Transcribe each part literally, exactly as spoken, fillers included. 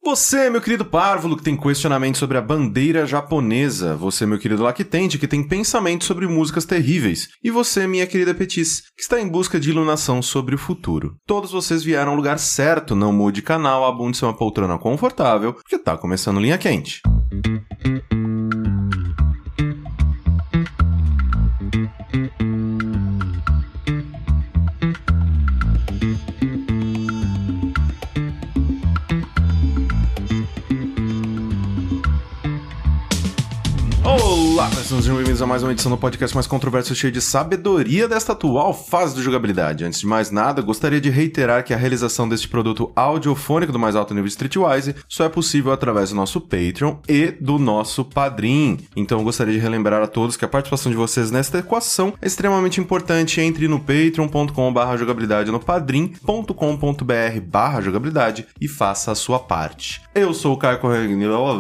Você, meu querido párvulo, que tem questionamento sobre a bandeira japonesa. Você, meu querido lactente, que tem pensamento sobre músicas terríveis. E você, minha querida Petis, que está em busca de iluminação sobre o futuro. Todos vocês vieram ao lugar certo, não mude canal, abunde-se uma poltrona confortável, porque tá começando Linha Quente. Olá, pessoas, sejam bem-vindos a mais uma edição do podcast mais controverso e cheio de sabedoria desta atual fase de jogabilidade. Antes de mais nada, gostaria de reiterar que a realização deste produto audiofônico do mais alto nível Streetwise só é possível através do nosso Patreon e do nosso Padrim. Então, gostaria de relembrar a todos que a participação de vocês nesta equação é extremamente importante. Entre no patreon ponto com barra jogabilidade no padrim ponto com ponto br barra jogabilidade e faça a sua parte. Eu sou o Caio Correia.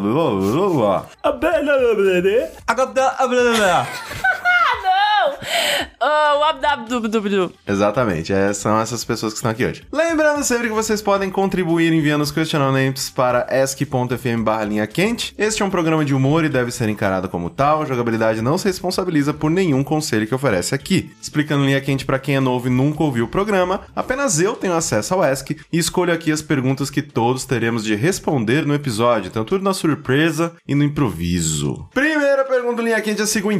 Oh, abdabdubdubdu. Exatamente, é, são essas pessoas que estão aqui hoje. Lembrando sempre que vocês podem contribuir enviando os questionamentos para ask ponto f m barra linha quente. Este é um programa de humor e deve ser encarado como tal. A jogabilidade não se responsabiliza por nenhum conselho que oferece aqui. Explicando Linha Quente para quem é novo e nunca ouviu o programa, apenas eu tenho acesso ao Ask e escolho aqui as perguntas que todos teremos de responder no episódio, tanto na surpresa e no improviso. Primeira pergunta do Linha Quente é a seguinte: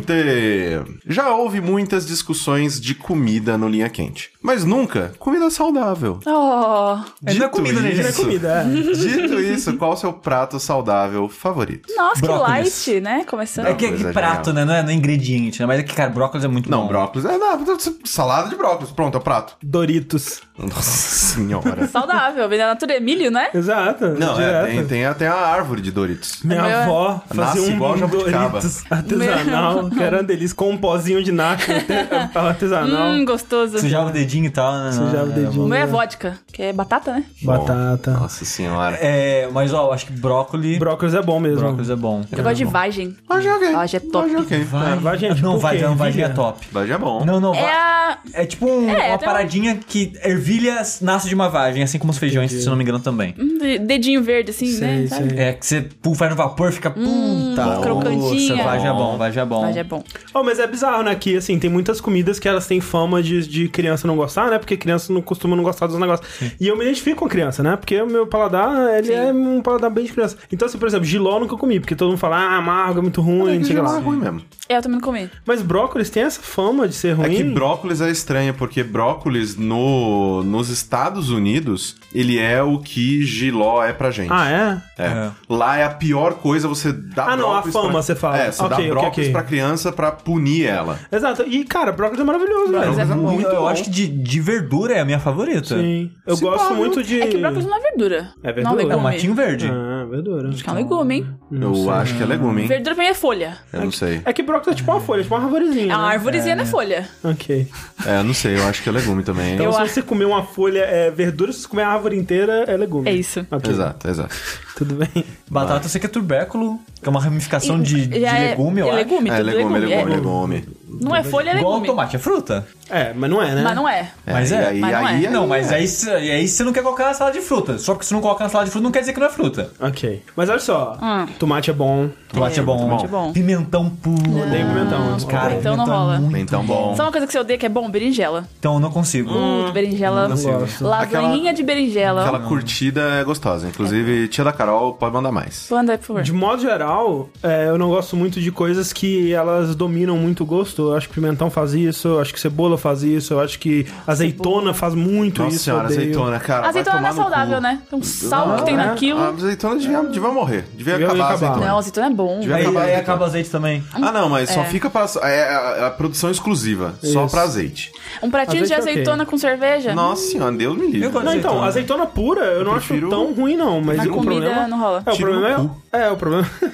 já houve muitas discussões de comida no Linha Quente, mas nunca comida saudável. Oh. Dito não é comida, né? isso, Não é comida, é. Dito isso, qual o seu prato saudável favorito? Nossa, Brócolis. que light, né? Começando. É que, Brócolis que é prato, genial. né? Não é, não é ingrediente, né? Mas é que, cara, brócolis é muito Não, bom. brócolis. É, não, salada de brócolis. Pronto, é o prato. Doritos. Nossa senhora. Saudável, vem da natureza. Milho, né? Exato. Não, é, direto. tem, tem até a árvore de Doritos. Minha Meu- avó Nasce fazia igual um jabuticaba. Doritos artesanal, que era uma delícia, com um pozinho de nacho artesanal. Hum, gostoso. Sujava o dedinho e tal, né? Sujava o dedinho. O meu é vodka, que é batata, né? Batata. Bom, nossa senhora. É, mas ó, eu acho que brócolis. Brócolis é bom mesmo. Brócolis é bom. Eu gosto de vagem. Vagem é ok. Vagem é top. Vagem é ok. Vai. É, vagem é tipo não, o vai, quê? não, vagem é Ervilha? top. Vagem é bom. Não, não, É vai. a... É tipo um- É, uma tem um- paradinha que ervilha nasce de uma vagem, assim como os feijões, se eu não me engano, também. Hum, dedinho verde, assim, Sei, né? Sabe? sei. É que você pum, faz no vapor, fica puta. Hum, crocantinha. Nossa, vagem é bom, vagem é bom. Vagem é bom. Oh, mas é bizarro, né? Que, assim, tem muitas comidas que elas têm fama de, de criança não gostar, né? Porque criança não costuma não gostar dos negócios. E eu me identifico com criança, né? Porque o meu paladar, ele Sim. é um paladar bem de criança. Então, assim, por exemplo, jiló eu nunca comi, porque todo mundo fala, ah, amargo, é muito ruim, não sei o que Não é lá. ruim mesmo. É, eu também não comi. Mas brócolis tem essa fama de ser ruim. É que brócolis é estranho, porque brócolis no, nos Estados Unidos, ele é o que giló é pra gente. Ah, é? É. É. Lá é a pior coisa você dar Ah, não, a brócolis fama, pra... você fala. É, você Ok, dá ok, brócolis ok. pra criança pra punir ela. Exato. E, cara, brócolis é maravilhoso, Brócolis velho. é bom. muito eu bom. acho que de, de verdura é a minha favorita. Sim. Eu Se gosto pá, muito de... É que brócolis não é verdura. É verdura? Não, É É legume. um matinho verde. Ah, verdura. Acho que é um legume, hein? Eu acho que é legume, hein? Verdura pra mim é folha. Eu não sei. É que brócolis é tipo uma folha, tipo uma arvorezinha, É uma né? arvorezinha na folha. Ok. É, eu não sei, eu acho que é legume também. hein? Então, Eu se acho- você comer uma folha é verdura, se você comer a árvore inteira, é legume. É isso. Ok. Exato, exato. Tudo bem. Batata eu sei que é tubérculo, que é uma ramificação de, de Já é- legume, eu é acho. legume, É, tudo legume, legume, É. legume. Não é folha, é Igual legume. tomate, é fruta. É, mas não é, né? Mas não é. Mas e é, aí, mas não aí, é. aí Não, mas é. aí, cê- aí você não quer colocar na salada de fruta. Só porque você não coloca na salada de fruta não quer dizer que não é fruta. Ok. Mas olha só, Hum. tomate é bom. Tomate é, bom. tomate é bom. Pimentão puro. Odeio pimentão. Cara, Então não pimentão é rola. muito Pimentão bom. Sabe uma coisa que você odeia que é bom? Berinjela. Então eu não consigo. Hum, berinjela. Não gosto. Lasanhinha de berinjela. Aquela curtida é gostosa. Inclusive, tia da Carol pode mandar mais. Manda aí, por favor. De modo geral, é, eu não gosto muito de coisas que elas dominam muito o gosto. Eu acho que pimentão faz isso, eu acho que cebola faz isso, eu acho que azeitona faz muito Nossa isso. senhora, eu odeio. azeitona, cara. vai Azeitona não é tomar no saudável, cu. né? Tem um sal Ah, que tem é? naquilo. A azeitona devia, devia morrer. Devia Devia acabar a acabar. azeitona. Não, azeitona é bom. Devia Aí, acabar a aí azeitona. acaba o azeite também. Ah, não, mas só É. fica pra... É a, a produção exclusiva. Só Isso. pra azeite. Um pratinho de Azeite é ok. azeitona com cerveja. Nossa senhora, Deus me livre. Eu gosto Não, então, Azeitona. azeitona pura eu não prefiro- acho tão ruim, não. Mas Na o comida problema... não rola. É, o Tiro problema no é... cu. É, o problema...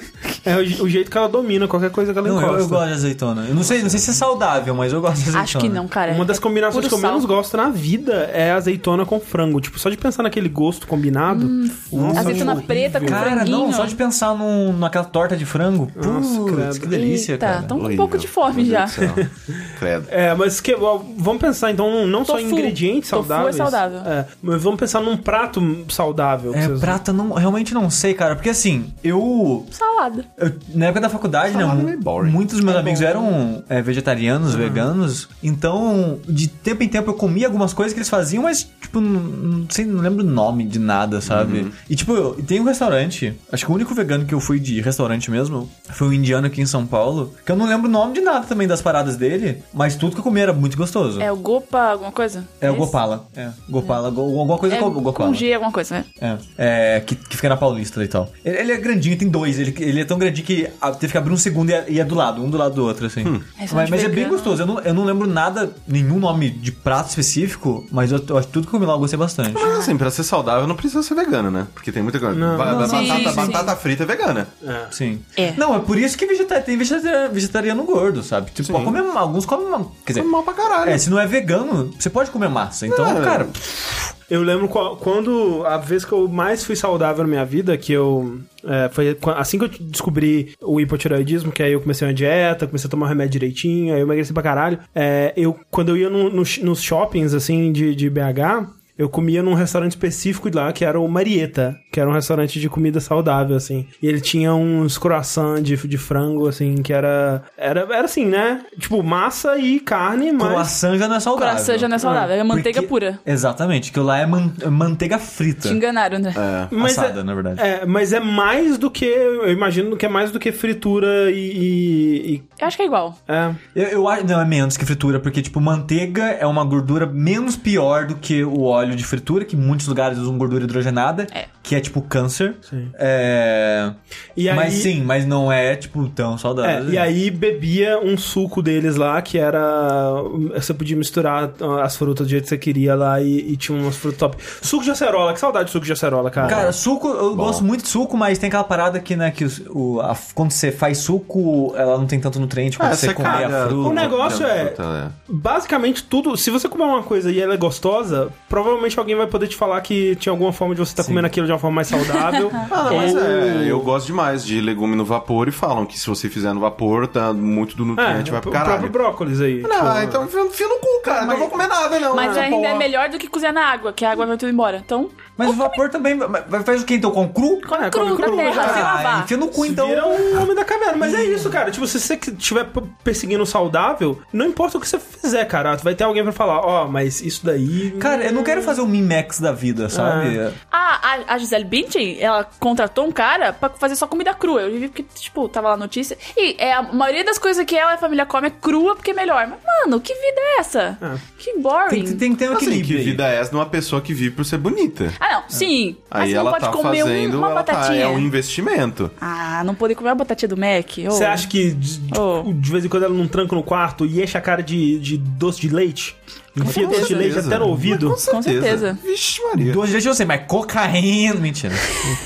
É o, o jeito que ela domina qualquer coisa que ela Não, encosta. eu, eu gosto de azeitona. Eu não sei, não sei se é saudável, mas eu gosto de azeitona. Acho que não, cara. Uma das É combinações puro que eu sal. menos gosto na vida é azeitona com frango. Tipo, só de pensar naquele gosto combinado. Hum, nossa, azeitona horrível. preta com Cara, franguinho. não, só de pensar num, naquela torta de frango. Nossa, Putz, credo. que delícia, Eita, cara. tão com um Horrível. pouco de fome Meu já. Deus do céu. Credo. É, mas que, ó, vamos pensar então não só em Tofu. ingredientes Tofu é saudáveis. saudável. É, mas vamos pensar num prato saudável. que É, vocês- prata, não, realmente não sei, cara. Porque assim, eu, Salada. eu- na época da faculdade, né, Salada é mu- meio boring. muitos dos meus amigos eram é, vegetarianos, veganos. Então, de tempo em tempo eu comia algumas coisas que eles faziam, mas, tipo, não, não sei, não lembro o nome de nada, sabe? E, tipo, eu- tem um restaurante, acho que o único vegano que eu fui de restaurante mesmo foi um indiano aqui em São Paulo, que eu não lembro o nome de nada também das paradas dele, mas tudo que eu comia era muito gostoso. É o Gopa, alguma coisa? É o Esse? Gopala. É, Gopala, go- alguma coisa É com o Gopala. com G, alguma coisa, né? É, é que, que fica na Paulista e tal. Ele, ele é grandinho, tem dois. Ele, ele é tão grandinho que ah, teve que abrir um segundo e é, e é do lado, um do lado do outro, assim. Restaurante Mas, mas é bem vegano. gostoso. Eu não, eu não lembro nada, nenhum nome de prato específico, mas eu, eu acho que tudo que eu comi lá eu gostei bastante. Mas assim, pra ser saudável não precisa ser vegano, né? Porque tem muita coisa. Não, Ba- não, batata, sim, sim. batata frita é vegana. Sim. É. Não, é por isso que vegeta- tem vegetariano, vegetariano gordo, sabe? Tipo, Sim. pode comer, alguns comem. uma- Quer dizer, É mal pra caralho. é, se não é vegano, você pode comer massa. Então, É. cara, Eu lembro qual- quando a vez que eu mais fui saudável na minha vida, que eu. é, foi qua- assim que eu descobri o hipotireoidismo, que aí eu comecei uma dieta, comecei a tomar o remédio direitinho, aí eu emagreci pra caralho. É, eu, quando eu ia no, no- nos shoppings, assim, de, de B H. Eu comia num restaurante específico de lá, que era o Marieta, que era um restaurante de comida saudável, assim. E ele tinha uns croissants de, de frango, assim, que era, era... Era assim, né? Tipo, massa e carne, mas... croissant já não é saudável. Coração já não é saudável, é manteiga Porque- pura. Exatamente, que lá é man- manteiga frita. Te enganaram, André. É. Mas Assada, é, na verdade. É, mas é mais do que... Eu imagino que é mais do que fritura e... e- e- Eu acho que é igual. é. Eu, eu acho não é menos que fritura, porque, tipo, manteiga é uma gordura menos pior do que o óleo de fritura, que em muitos lugares usam gordura hidrogenada, É. que é tipo câncer. Sim. É... E aí- Mas sim, mas não é, tipo, tão É, saudável. e aí bebia um suco deles lá, que era... Você podia misturar as frutas do jeito que você queria lá e, e tinha umas frutas top. Suco de acerola, que saudade de suco de acerola, cara. Cara, suco, eu gosto muito de suco, mas tem aquela parada que, né, que os- o, a- quando você faz suco, ela não tem tanto nutriente quando Ah, você você comer caga. a fruta. O negócio é- Fruta, Basicamente tudo, se você comer uma coisa e ela é gostosa, provavelmente alguém vai poder te falar que tinha alguma forma de você estar comendo aquilo de uma forma mais saudável. Ah, não, mas Ou- é, eu gosto demais de legume no vapor e falam que se você fizer no vapor, tá muito do nutriente vai pro o próprio caralho. brócolis aí. Não, tipo, então enfia enfia no cu, cara. Não vou comer nada, não. Mas essa ainda porra. é melhor do que cozinhar na água, que a água vai tudo embora. Então, Mas o vapor também. Mas faz o quê então? Com cru? come É, cru, come da cru, terra, já. sem Ah, lavar. enfia no cu então. Vira um homem da caverna. Mas é isso, cara. Tipo, se você estiver p- perseguindo o saudável, não importa o que você fizer, cara. Vai ter alguém pra falar, ó, mas isso daí... Cara, eu não quero fazer o Mimex da vida, sabe? Ah, a, a Gisele Bündchen, ela contratou um cara pra fazer só comida crua. Eu vi porque, tipo, tava lá a notícia. E é, a maioria das coisas que ela e a família come é crua porque é melhor. Mas, mano, que vida é essa? Ah. Que boring. Tem, tem, tem que ter um Assim, equilíbrio. que aí. vida é essa de uma pessoa que vive por ser bonita? Ah, não, sim. Mas Aí você não ela pode tá comer um- fazendo, uma ela tá, batatinha. é um investimento. Ah, não poder comer uma batatinha do Mac? Oh. Você acha que de, de- Oh. de vez em quando ela não tranca no quarto e enche a cara de, de doce de leite? Enfia doce de certeza. leite até no ouvido? Mas com certeza. certeza. Vixe Maria. Doce de leite eu sei, mas cocaína. Mentira.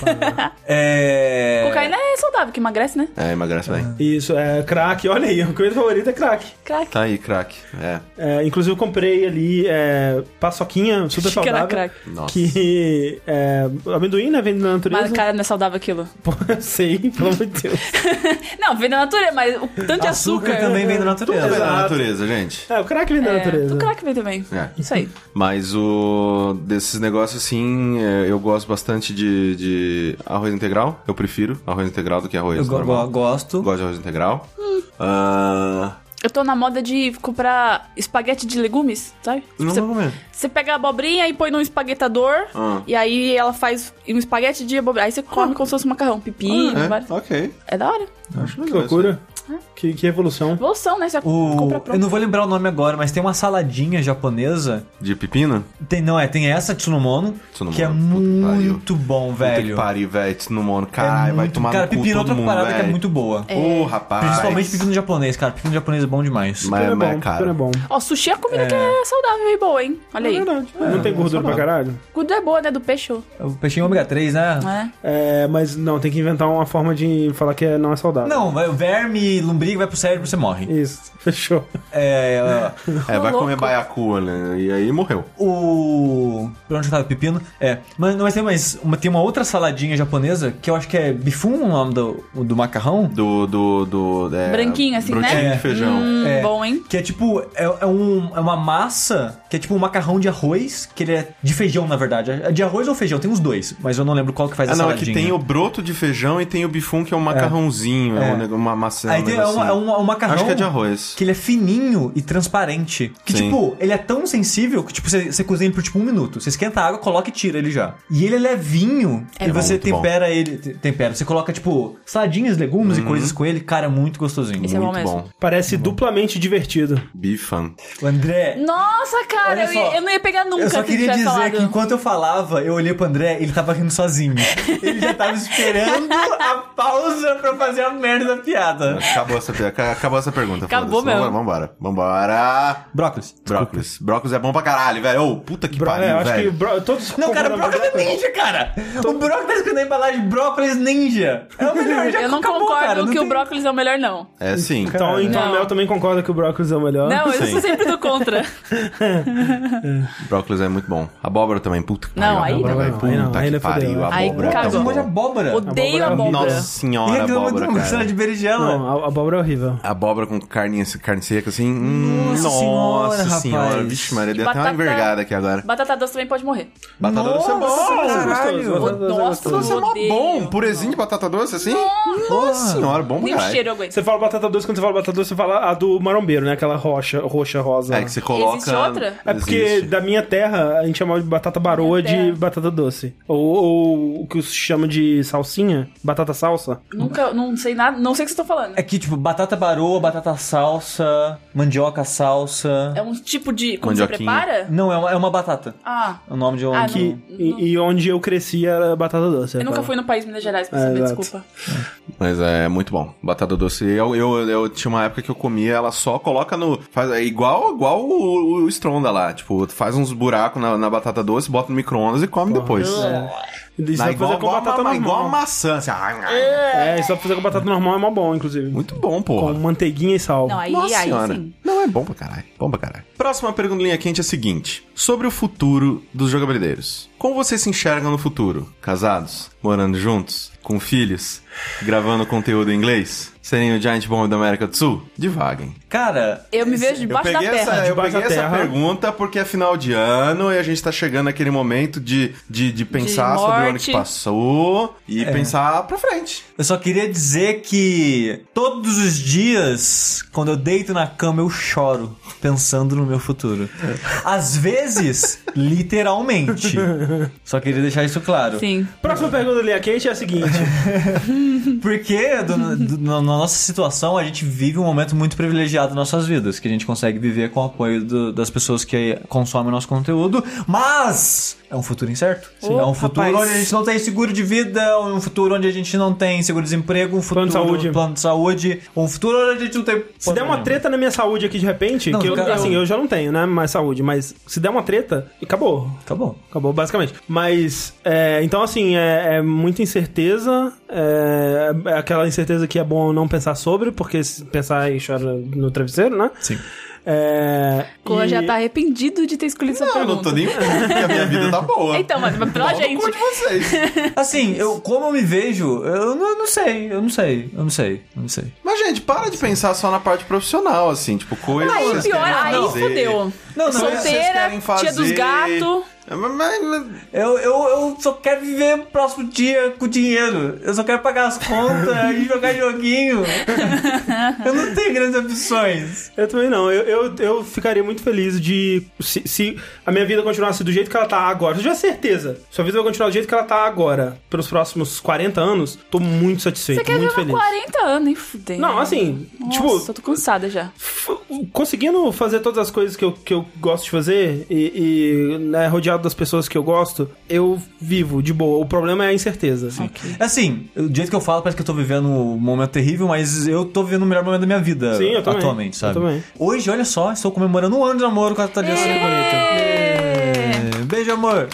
é. Cocaína é saudável, que emagrece, né? É, emagrece bem. Isso, é crack. Olha aí, a comida favorita é crack. Crack. Tá aí, crack. É. É, inclusive eu comprei ali é, paçoquinha super Xícara saudável. crack. Nossa. Que é, amendoim, né? Vem da natureza. Mas, cara, não é saudável aquilo. Pô, eu sei, pelo amor de Deus. Não, vem da natureza, mas o tanto de Açúcar, açúcar... também vem da Tudo natureza. vem da Exato. natureza, gente. É, o crack vem da É, natureza. o crack vem também. É. Isso aí. Mas o desses negócios assim, é, eu gosto bastante de, de arroz integral. Eu prefiro arroz integral do que arroz Eu go- normal. go- gosto. Gosto de arroz integral. Ah, Eu tô na moda de comprar espaguete de legumes, sabe? Tipo, não você, vou comer. você pega a abobrinha e põe num espaguetador, Ah. e aí ela faz um espaguete de abobrinha. Aí você come como se fosse um macarrão. Pepino, Ah, é? vários. Ok. É da hora. Acho Que legal. loucura. Que, que evolução. Evolução, né? Você O... compra Eu pronto. não vou lembrar o nome agora, mas tem uma saladinha japonesa. De pepino? Tem, não, é, tem essa Tsunomono, Tsunomono, que é puta que pariu. muito bom, Puta que velho. pariu, velho. Tsunomono. É Caralho, vai muito- tomar Cara, no cu pepino é todo outra mundo, parada que é velho. muito boa. Ô, rapaz. Principalmente pepino japonês, cara. Pepino japonês é bom demais. Mas, Pepino é mas, bom, cara... pepino é bom. Ó, sushi é uma comida que é saudável e boa, hein? Olha É aí. verdade. não tem gordura pra caralho. Gordura é boa, né? Do peixe. O peixinho ômega três, né? É. É, mas não, tem que inventar uma forma de falar que é- não é saudável. Não, vai, o verme, lombriga vai pro cérebro e você morre. Isso, fechou. É. É, vai louco. comer baiacu, né? E aí morreu. O. Pra onde eu tava? Pepino? É. Mas, mas tem mais. Uma, tem uma outra saladinha japonesa que eu acho que é bifum o nome do, do macarrão. Do... do, do é, Branquinho, assim, né? brotinho É. de feijão. Hum, É. bom, hein? Que é tipo, é, é, um, é uma massa que é tipo um macarrão de arroz, que ele é de feijão, na verdade. É de arroz ou feijão, tem os dois, mas eu não lembro qual que faz Ah, a não, é saladinha. que tem o broto de feijão e tem o bifum, que é um macarrãozinho, é, É. um neg- uma maçã. Aí um tem é negocinho. uma, é uma- um macarrão Acho que é de arroz. que ele é fininho e transparente. Que, Sim. tipo, ele é tão sensível que, tipo, você, você cozinha ele por, tipo, um minuto. Você esquenta a água, coloca e tira ele já. E ele é levinho. É e bom. você Muito bom. tempera ele... te- Tempera. Você coloca, tipo, saladinhas, legumes e coisas com ele. Cara, é muito gostosinho. Esse é bom Muito mesmo. bom. Parece duplamente divertido. Bifan. O André... Nossa, cara, Olha eu, só, ia- eu não ia pegar nunca Eu só se queria tivesse dizer falado. que enquanto eu falava, eu olhei pro André, ele tava rindo sozinho. Ele já tava esperando a pausa pra fazer a merda da piada. Acabou essa, piada- acabou essa pergunta. Acabou foda-se. mesmo. Vambora, vambora. Brócolis. Brócolis. Brócolis é bom pra caralho, velho. Ô, puta que Bro- pariu, é, eu acho velho. que bro- todos Não, cara, concordam brócolis com é ninja, cara! O brócolis tá escrito na embalagem brócolis ninja. É o melhor, já Eu não acabou, concordo cara, não que tem- o brócolis é o melhor, não. É sim. Então, então a Não. Mel também concorda que o brócolis é o melhor. Não, eu Sim. sou sempre do contra. Brócolis é muito bom. Abóbora também, puta que Não, pariu. aí abóbora, não. velho. Aí não, Puta aí que não pariu. Aí fodeu. Abóbora é cagou. tão Você gosta de bom. abóbora? Odeio Abóbora é horrível. abóbora. Nossa senhora, E reclama abóbora, de uma cena cara. de berinjela. Não, a a abóbora é horrível. Abóbora com carne, carne seca, assim. Hum, Nossa nossa senhora, senhora. rapaz. Vixe, Maria, E deu até uma batata- envergada aqui agora. Batata doce também pode morrer. Batata doce é bom. Nossa, caralho. Ô, Batata doce é Nossa, Batata doce é mó odeio. bom. Purezinho de batata doce, assim? Nossa senhora, bom pra Nem o caralho. cheiro eu aguento. Você fala batata doce, quando você fala batata doce, você fala a do marombeiro, né? Aquela roxa, roxa, rosa. É que você coloca... Existe outra? É porque Existe. da minha terra a gente chamava de batata baroa Minha terra. de batata doce. Ou, ou o que se chama de salsinha, batata salsa. Nunca, não sei nada, não sei o que vocês estão falando. É que, tipo, batata baroa, batata salsa, mandioca salsa... É um tipo de... Como você Mandioquinha. prepara? Não, é uma, é uma batata. Ah, É o nome de um... Ah, que... não. E, e onde eu cresci era batata doce. eu nunca fui no país Minas Gerais pra É, saber, exato. desculpa. Mas é muito bom. Batata doce. Eu, eu, eu tinha uma época que eu comia, ela só coloca no... Faz, é igual, igual o, o Stronda lá. Tipo, faz uns buracos na, na batata doce, bota no micro-ondas e come depois. Isso Na, dá pra igual, fazer com igual, batata uma, igual uma normal. maçã. Assim, É, isso dá pra fazer com batata normal, é mó bom, inclusive. muito bom, Com porra. manteiguinha e sal. Não, aí, Nossa aí senhora. sim. Não, é bom pra caralho. Bom pra caralho. Próxima perguntinha quente é a seguinte. Sobre o futuro dos jogabilideiros. Como vocês se enxergam no futuro? Casados? Morando juntos? Com filhos? Gravando conteúdo em inglês? Serem o Giant Bomb da América do Sul? Divaguem. Cara... Eu me vejo Eu debaixo da peguei, terra. essa, eu Debaixo peguei da essa terra. pergunta porque é final de ano e a gente tá chegando naquele momento de, de, de pensar sobre o ano que morte. passou e pensar pra frente. Eu só queria dizer que todos os dias, quando eu deito na cama, eu choro pensando no meu futuro. Às vezes, literalmente. Só queria deixar isso claro. Sim. Próxima pergunta, Linha Quente, é a seguinte. Porque do- do- na nossa situação, a gente vive um momento muito privilegiado nas nossas vidas, que a gente consegue viver com o apoio do- das pessoas que consomem o nosso conteúdo, mas é um futuro incerto. Ô, é um futuro rapaz. onde a gente não tem seguro de vida, um futuro onde a gente não tem seguro-desemprego, um futuro Plano de saúde. plano de saúde, um futuro onde a gente não tem... Se der uma treta na minha saúde aqui de repente, Não, que eu, cara, assim, eu- eu já não tenho, né, mais saúde, mas se der uma treta, acabou. Acabou. Acabou, basicamente. Mas, é, então, assim, é, é muita incerteza. É, é aquela incerteza que é bom não pensar sobre, porque se pensar e chora no travesseiro, né? Sim. É, Cor e- já tá arrependido de ter escolhido essa Não, eu pergunta. não tô nem... porque a minha vida tá boa. Então, mas mas pela Pau no gente. cu de vocês. Assim, eu, como eu me vejo, eu não, eu não sei, eu não sei, eu não sei, eu não sei. Mas, gente, para de pensar só na parte profissional, assim, tipo, coisas que Aí vocês pior, querem aí fazer. fudeu. Não, não, Coisas que vocês Solteira, querem tia dos fazer. gatos. Mas, mas- Eu, eu, eu só quero viver o próximo dia com dinheiro. Eu só quero pagar as contas e jogar joguinho. Eu não tenho grandes ambições. Eu também não. Eu, eu, eu ficaria muito feliz de... Se, se a minha vida continuasse do jeito que ela tá agora. Eu já tenho certeza. Se a vida vai continuar do jeito que ela tá agora, pelos próximos quarenta anos, tô muito satisfeito, Você quer muito viver feliz. quarenta anos, hein? Fudeu. Não, assim, Nossa, tipo... eu tô cansada já. f- Conseguindo fazer todas as coisas que eu, que eu gosto de fazer e, e né, rodeado das pessoas que eu gosto, eu vivo de boa. O problema é a incerteza. Assim, do jeito que eu falo, parece que eu tô vivendo um momento terrível, mas eu tô vivendo o melhor momento da minha vida Sim, eu também. atualmente, sabe? Eu também. Hoje, olha só, estou comemorando um ano de namoro com a Thalissa Bonita. É, beijo, amor.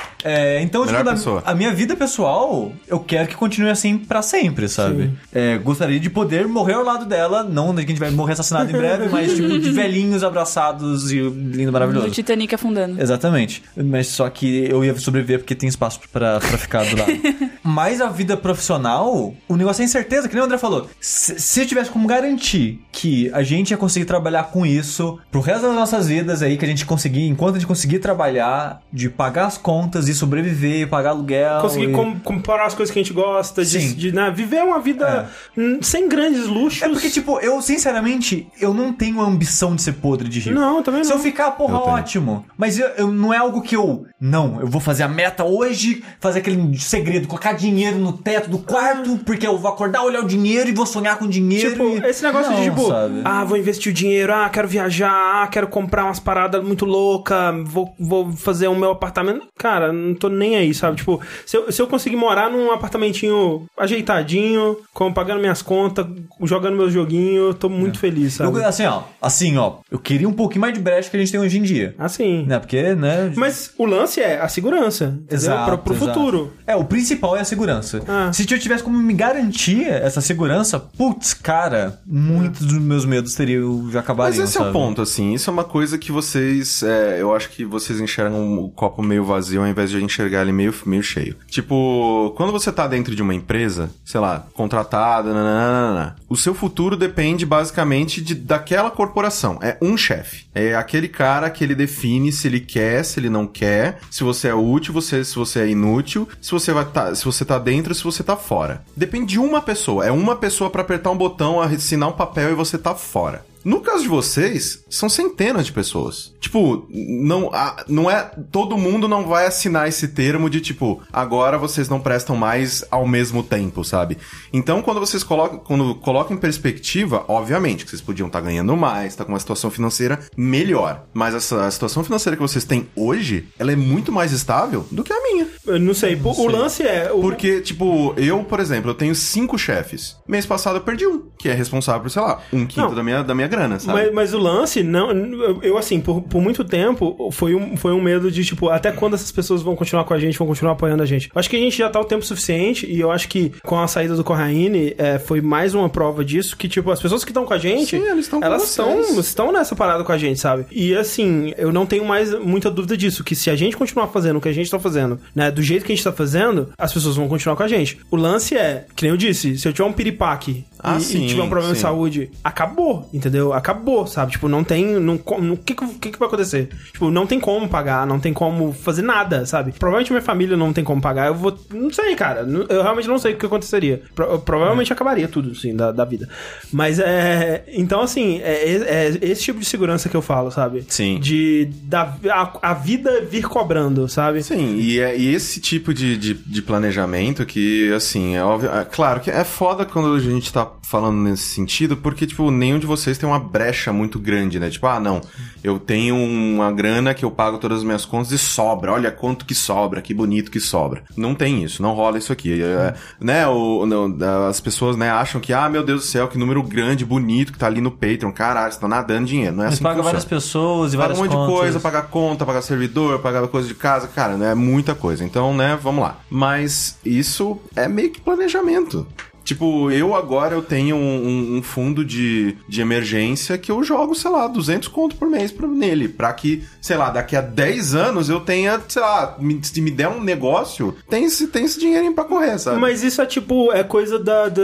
É, então, Melhor tipo, pessoa. a, a minha vida pessoal, eu quero que continue assim pra sempre, sabe? É, gostaria de poder morrer ao lado dela, não de que a gente vai morrer assassinado em breve, mas tipo, de velhinhos abraçados e lindo, maravilhoso. No Titanic afundando. Exatamente. Mas só que eu ia sobreviver porque tem espaço pra, pra ficar do lado. Mas a vida profissional, o negócio é incerteza, que nem o André falou. Se, se eu tivesse como garantir que a gente ia conseguir trabalhar com isso pro resto das nossas vidas aí, que a gente conseguir, enquanto a gente conseguir trabalhar, de pagar as contas e sobreviver, pagar aluguel. Conseguir e... com, comparar as coisas que a gente gosta, de, Sim. de né, viver uma vida hum, sem grandes luxos. É porque, tipo, eu, sinceramente, eu não tenho a ambição de ser podre de rico. Não, também Se não. eu ficar, porra, Eu tenho. ótimo. Mas eu, eu- não é algo que eu... Não, eu vou fazer a meta hoje, fazer aquele segredo, colocar dinheiro no teto do quarto, porque eu vou acordar, olhar o dinheiro e vou sonhar com dinheiro. Tipo, e... esse negócio Não, de tipo, sabe? ah, vou investir o dinheiro, ah, quero viajar, ah, quero comprar umas paradas muito loucas, vou, vou fazer o meu apartamento. Cara, não tô nem aí, sabe? Tipo, se eu, se eu conseguir morar num apartamentinho ajeitadinho, com, pagando minhas contas, jogando meus joguinhos, eu tô muito feliz, sabe? Eu, assim, ó, assim, ó, eu queria um pouquinho mais de brecha que a gente tem hoje em dia. Assim. Né? Porque, né? Mas o lance é a segurança, entendeu? Exato, Pra, pro exato. futuro. É, o principal é a segurança. Ah. Se eu tivesse como me garantir essa segurança, putz, cara, muitos dos meus medos teriam já acabariam, Mas esse é sabe? o ponto, assim. Isso é uma coisa que vocês... é, eu acho que vocês enxergam o copo meio vazio ao invés de enxergar ele meio, meio cheio. Tipo, quando você tá dentro de uma empresa, sei lá, contratada, nananana, o seu futuro depende basicamente de, daquela corporação. É um chefe. É aquele cara que ele define se ele quer, se ele não quer, se você é útil, você, se você é inútil, se você vai tá, se você tá dentro, se você tá fora. Depende de uma pessoa. É uma pessoa pra apertar um botão, assinar um papel e você tá fora. No caso de vocês, são centenas de pessoas. Tipo, não, a- não é... Todo mundo não vai assinar esse termo de, tipo, agora vocês não prestam mais ao mesmo tempo, sabe? Então, quando vocês colocam, quando colocam em perspectiva, obviamente, que vocês podiam estar ganhando mais, tá com uma situação financeira melhor. Mas essa, a situação financeira que vocês têm hoje, ela é muito mais estável do que a minha. Eu não sei. O sei. lance é... O... Porque, tipo, eu, por exemplo, eu tenho cinco chefes. Mês passado eu perdi um, que é responsável por, sei lá, um quinto Não. da minha, da minha grana, sabe? Mas, mas o lance, não, eu, eu, assim, por, por muito tempo, foi um, foi um medo de, tipo, até quando essas pessoas vão continuar com a gente, vão continuar apoiando a gente. Eu acho que a gente já tá o tempo suficiente, e eu acho que com a saída do Corraine, é, foi mais uma prova disso, que, tipo, as pessoas que estão com a gente, Sim, eles estão com elas vocês. estão estão nessa parada com a gente, sabe? E, assim, eu não tenho mais muita dúvida disso, que se a gente continuar fazendo o que a gente tá fazendo, né, do jeito que a gente tá fazendo, as pessoas vão continuar com a gente. O lance é, que nem eu disse, se eu tiver um piripaque Ah, e, sim, e tiver um problema sim. de saúde, acabou, entendeu? Acabou, sabe? Tipo, não tem... Não, o que, que, que vai acontecer? Tipo, não tem como pagar, não tem como fazer nada, sabe? Provavelmente minha família não tem como pagar, eu vou... Não sei, cara. Eu realmente não sei o que aconteceria. Pro, provavelmente acabaria tudo, assim, da, da vida. Mas é... Então, assim, é, é esse tipo de segurança que eu falo, sabe? Sim. De... Da, a, a vida vir cobrando, sabe? Sim, e, é, e esse tipo de, de, de planejamento que, assim, é óbvio... É, claro que é foda quando a gente tá falando nesse sentido, porque, tipo, nenhum de vocês tem uma brecha muito grande, né? Tipo, ah, não, eu tenho uma grana que eu pago todas as minhas contas e sobra, olha quanto que sobra, que bonito que sobra. Não tem isso, não rola isso aqui. É, né, o, não, as pessoas, né, acham que, ah, meu Deus do céu, que número grande, bonito que tá ali no Patreon. Caralho, você tá nadando dinheiro, não é Mas assim paga que funciona. várias pessoas e Paga várias um monte de contas. coisa, pagar conta, pagar servidor, pagar coisa de casa, cara, né? É muita coisa. Então, né, vamos lá. Mas isso é meio que planejamento. Tipo, eu agora eu tenho um, um- um fundo de, de emergência que eu jogo, sei lá, duzentos conto por mês pra, nele. Pra que, sei lá, daqui a dez anos eu tenha, sei lá, me, se me der um negócio, tem esse, tem esse dinheirinho pra correr, sabe? Mas isso é tipo, é coisa da, da,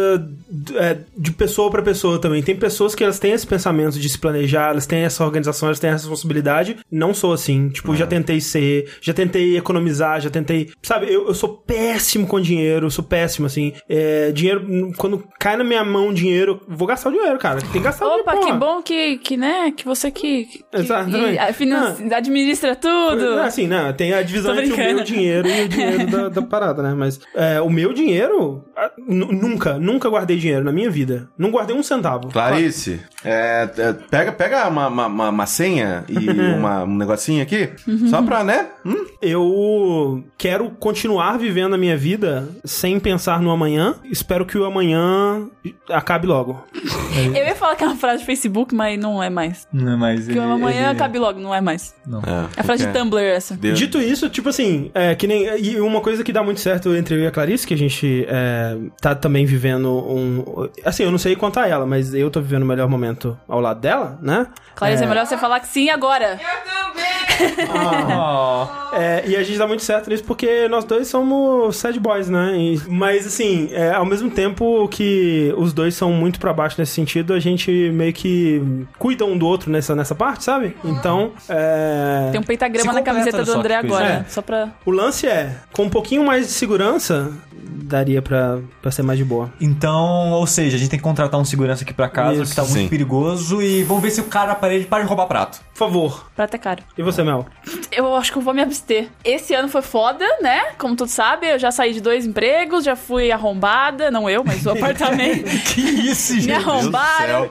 é, de pessoa pra pessoa também. Tem pessoas que elas têm esse pensamento de se planejar, elas têm essa organização, elas têm essa responsabilidade. Não sou assim. Tipo, ah. já tentei ser, já tentei economizar, já tentei... Sabe, eu, eu sou péssimo com dinheiro, eu sou péssimo, assim. É, dinheiro, quando cai na minha mão dinheiro, vou gastar o dinheiro, cara. Tem que gastar o dinheiro. Opa, que bom que, que, né, que você que... que Exatamente. E, finan- ah. administra tudo. Não, assim, né, tem a divisão entre o meu dinheiro e o dinheiro da, da parada, né? Mas é, o meu dinheiro, n- nunca, nunca guardei dinheiro na minha vida. Não guardei um centavo. Clarice, é, é, pega, pega uma, uma, uma, uma senha e uma, um negocinho aqui, só pra, né? Hum? Eu quero continuar vivendo a minha vida sem pensar no amanhã. Espero que o amanhã acabe logo. Eu ia falar que é uma frase de Facebook, mas não é mais. Não é mais. Que o amanhã ele... acabe logo, não é mais. Não. É, é a frase de Tumblr essa. Deus. Dito isso, tipo assim, é, que nem. E uma coisa que dá muito certo entre eu e a Clarice, que a gente é, tá também vivendo um. Assim, eu não sei quanto a ela, mas eu tô vivendo o melhor momento ao lado dela, né? Clarice, é, é melhor você falar que sim agora. Eu também! Ah, é, e a gente dá muito certo nisso porque nós dois somos sad boys, né? E, mas assim, é, ao mesmo tempo que os dois são muito pra baixo nesse sentido, a gente meio que cuida um do outro nessa, nessa parte, sabe? Então, é... Tem um pentagrama na camiseta do André agora, é. só pra... O lance é, com um pouquinho mais de segurança, daria pra, pra ser mais de boa. Então, ou seja, a gente tem que contratar um segurança aqui pra casa, Isso, que tá muito sim. perigoso, e vamos ver se o cara na parede para de roubar prato. Por favor. Prata é caro. E você, Mel? Eu acho que eu vou me abster. Esse ano foi foda, né? Como todos sabem, eu já saí de dois empregos, já fui arrombada. Não eu, mas o apartamento. Que isso, gente? Me arrombaram.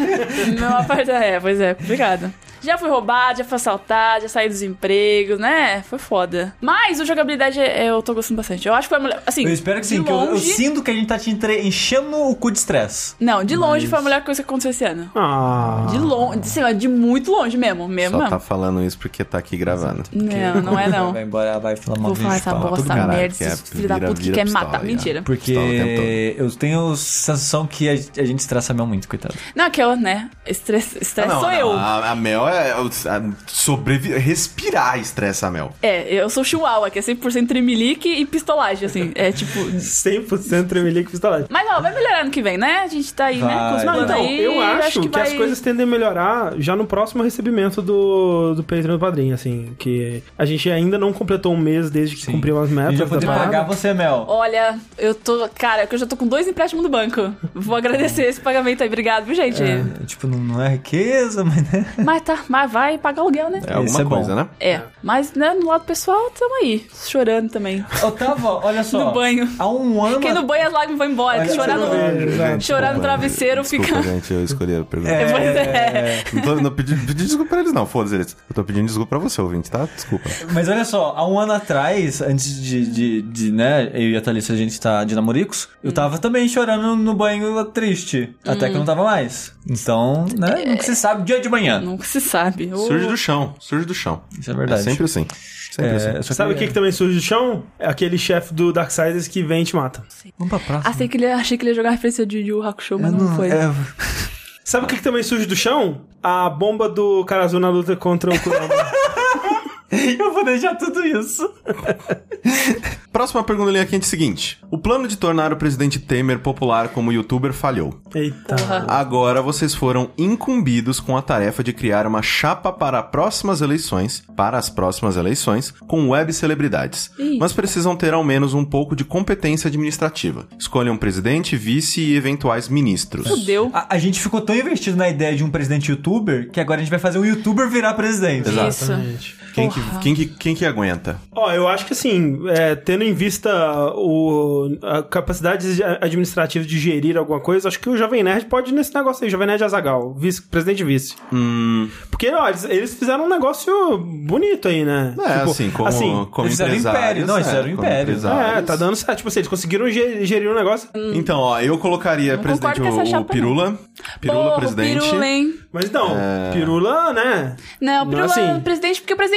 Meu apartamento. É, pois é, obrigada. Já fui roubado, já fui assaltado, já saí dos empregos, né? Foi foda. Mas o jogabilidade eu tô gostando bastante. Eu acho que foi a melhor. Assim, Eu espero que sim, de que eu, eu longe- sinto que a gente tá te entre... enchendo o cu de estresse. Não, de longe Mas- foi a melhor coisa que aconteceu esse ano. Ah. De longe, assim, ó, de muito longe mesmo. Mesmo, Só mesmo. tá falando isso porque tá aqui gravando. Não, não é não. Vai embora, vai falar mal Vou do falar vídeo, essa fala bosta, tudo. caralho, merda, que é esses filhos da vira- puta que vira quer me pistola, matar. já. Mentira. Porque Pistola o tempo eu tenho sensação que a, a gente estressa mesmo muito, coitado. Não, aquela, né? Estresse, estresse Ah, não, sou não, eu. A, a Mel é a sobrevi... respirar estressa a Mel. É, eu sou chihuahua, que é cem por cento tremelique e pistolagem, assim. É tipo... cem por cento tremelique pistolagem. Mas, ó, vai melhorar ano que vem, né? A gente tá aí, né? Com os Vai, planos Não, então, aí. eu acho, que, vai... as coisas tendem a melhorar já no próximo recebimento do, do Patreon do Padrinho, assim, que a gente ainda não completou um mês desde que Sim. cumpriu as A metas. gente vai poder da parada. pagar você, Mel. Olha, eu tô... Cara, eu já tô com dois empréstimos do banco. Vou agradecer esse pagamento aí. Obrigado, viu, gente? É, tipo, não, não é riqueza, mas né? Mas tá, mas vai pagar aluguel, né? É alguma Isso é bom. coisa, né? É. Mas, né, no lado pessoal, tamo aí. Chorando também. Eu tava, olha só. No banho. Há um ano. Quem no banho as lágrimas vão embora. Olha, que chorar no... Exato. Chorar no travesseiro Desculpa, fica... gente, eu escolhi a pergunta. É, Pois é. Não tô não pedi, pedi desculpa pra eles, não. Foda-se eles. Eu tô pedindo desculpa pra você, ouvinte, tá? Desculpa. Mas olha só, há um ano atrás, antes de, de, de né, eu e a Thalissa, a gente tá de namoricos, eu tava também chorando no banho triste. Até que não tava mais. Então, né, nunca se sabe dia de manhã. Nunca se sabe. Ô, Surge do chão, surge do chão. Isso é verdade. É sempre assim. Sempre assim. É, só Sabe o que, que também surge do chão? É aquele chefe do Darksiders que vem e te mata. Vamos pra próxima. Achei que ele, achei que ele ia jogar a referência de Yu Yu Hakusho, mas Eu não, foi. é, Sabe o que, que também surge do chão? A bomba do cara azul na luta contra o Kurama. eu vou deixar tudo isso. Próxima pergunta linha quente é a seguinte. O plano de tornar o presidente Temer popular como youtuber falhou. Eita. Porra. Agora vocês foram incumbidos com a tarefa de criar uma chapa para próximas eleições, para as próximas eleições, com web celebridades. Ih. Mas precisam ter ao menos um pouco de competência administrativa. Escolham presidente, vice e eventuais ministros. Fudeu. A, a gente ficou tão investido na ideia de um presidente youtuber que agora a gente vai fazer um youtuber virar presidente. Exato. Isso. Exatamente. Quem que, Porra. quem, que, quem que aguenta? Ó, eu acho que assim, é, tendo em vista o, a capacidade administrativa de gerir alguma coisa, acho que o Jovem Nerd pode ir nesse negócio aí, Jovem Nerd Azaghal, vice, presidente vice. Hum, Porque, ó, eles, eles fizeram um negócio bonito aí, né? é, Tipo, assim, como, assim, como eles fizeram empresários. império. Não, eles fizeram como império. empresários. É, tá dando certo. Tipo assim, eles conseguiram ge- gerir um negócio. Então, ó, eu colocaria Não presidente concordo com essa o, o chapa, Pirula. Pirula Porra, presidente. Pirula, hein? Mas não, É. Pirula, né? Não, Não, Pirula assim- presidente, porque o presidente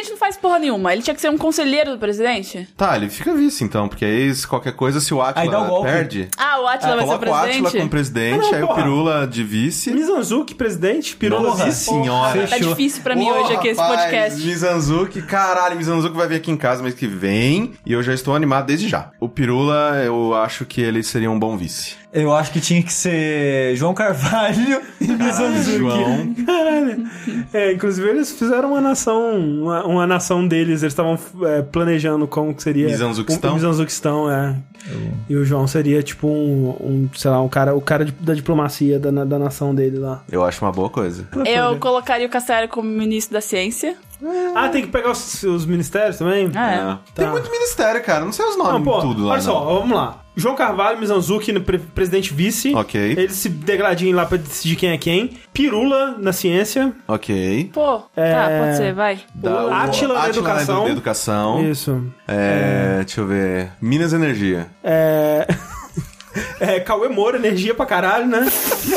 presidente não faz porra nenhuma. Ele tinha que ser um conselheiro do presidente. Tá, ele fica vice então, porque aí qualquer coisa, se o Aí dá o Átila golpe. perde... Ah, o Átila É, vai ser o coloca o Átila presidente? como presidente, Ah, não, aí o porra. Pirula de vice. Mizanzuki, presidente, Pirula Nossa vice. senhora. Tá Fechou. difícil pra mim Ô, hoje aqui esse rapaz, podcast. Mizanzuki, caralho, Mizanzuki vai vir aqui em casa mês que vem e eu já estou animado desde já. O Pirula, eu acho que ele seria um bom vice. Eu acho que tinha que ser João Carvalho e Mizanzuki. João. Caralho. É, inclusive eles fizeram uma nação, uma, uma nação deles, eles estavam é, planejando como que seria Mizanzuquistão? o, o Mizanzuquistão, é. E o João seria tipo um, um, sei lá, um cara, o cara de- da diplomacia da, da nação dele lá. Eu acho uma boa coisa. Eu colocaria o Cassiari como ministro da ciência. Ah, tem que pegar os, os ministérios também? Ah, é. É. Tem Tá. muito ministério, cara. Não sei os nomes Não, pô, tudo lá. olha só, não. vamos lá. João Carvalho, Mizanzuki, pre presidente vice. Ok. Eles se degradinham lá pra decidir quem é quem. Pirula na ciência. Ok. Pô, É. tá, pode ser, vai. Da- o- Átila na educação. da educação. Isso. É, deixa eu ver. Minas Energia. É. É, Cauê Moura, energia pra caralho, né?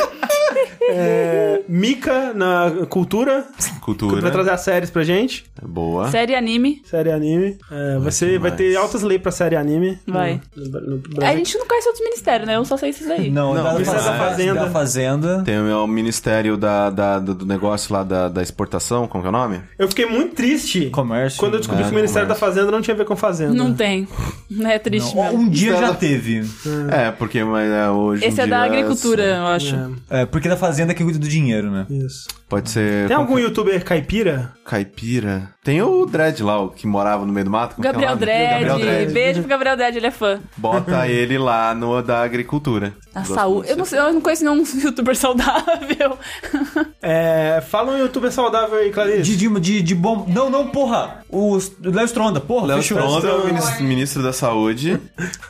É, Mika na cultura, Cultura. vai trazer as séries pra gente. Boa. Série anime. Série anime. É, vai, ser, vai ter demais. altas leis pra série anime. Vai. No, no, no A Brasil. gente não conhece outros ministérios, né? Eu só sei esses daí. Não, Não, da, Ministério da Fazenda. Da Fazenda. Tem o Ministério da, da- do do negócio lá da, da exportação, como que é o nome? Eu fiquei muito triste Comércio. quando eu descobri né? que o Ministério comércio. da Fazenda não tinha a ver com Fazenda. Não tem. É triste Não, mesmo. um dia Estela- já teve. É, porque mas, é, hoje em Esse é dia, da agricultura, eu acho. É, É, porque da Fazenda é quem cuida do dinheiro, né? isso. Pode ser... Tem como algum que- youtuber caipira? Caipira. Tem o Dredd lá, o que morava no meio do mato. como que é o Gabriel nome? Dredd. Gabriel Dredd. Beijo pro Gabriel Dredd, ele é fã. Bota ele lá no da agricultura. A Gosto saúde. muito Eu não, sei, eu não conheço nenhum youtuber saudável. É, fala um youtuber saudável aí, Clarice. De, de, de, de bom. Não, não, porra! O o Léo Stronda, porra, Léo fechou. Stronda é o ministro, ministro da saúde.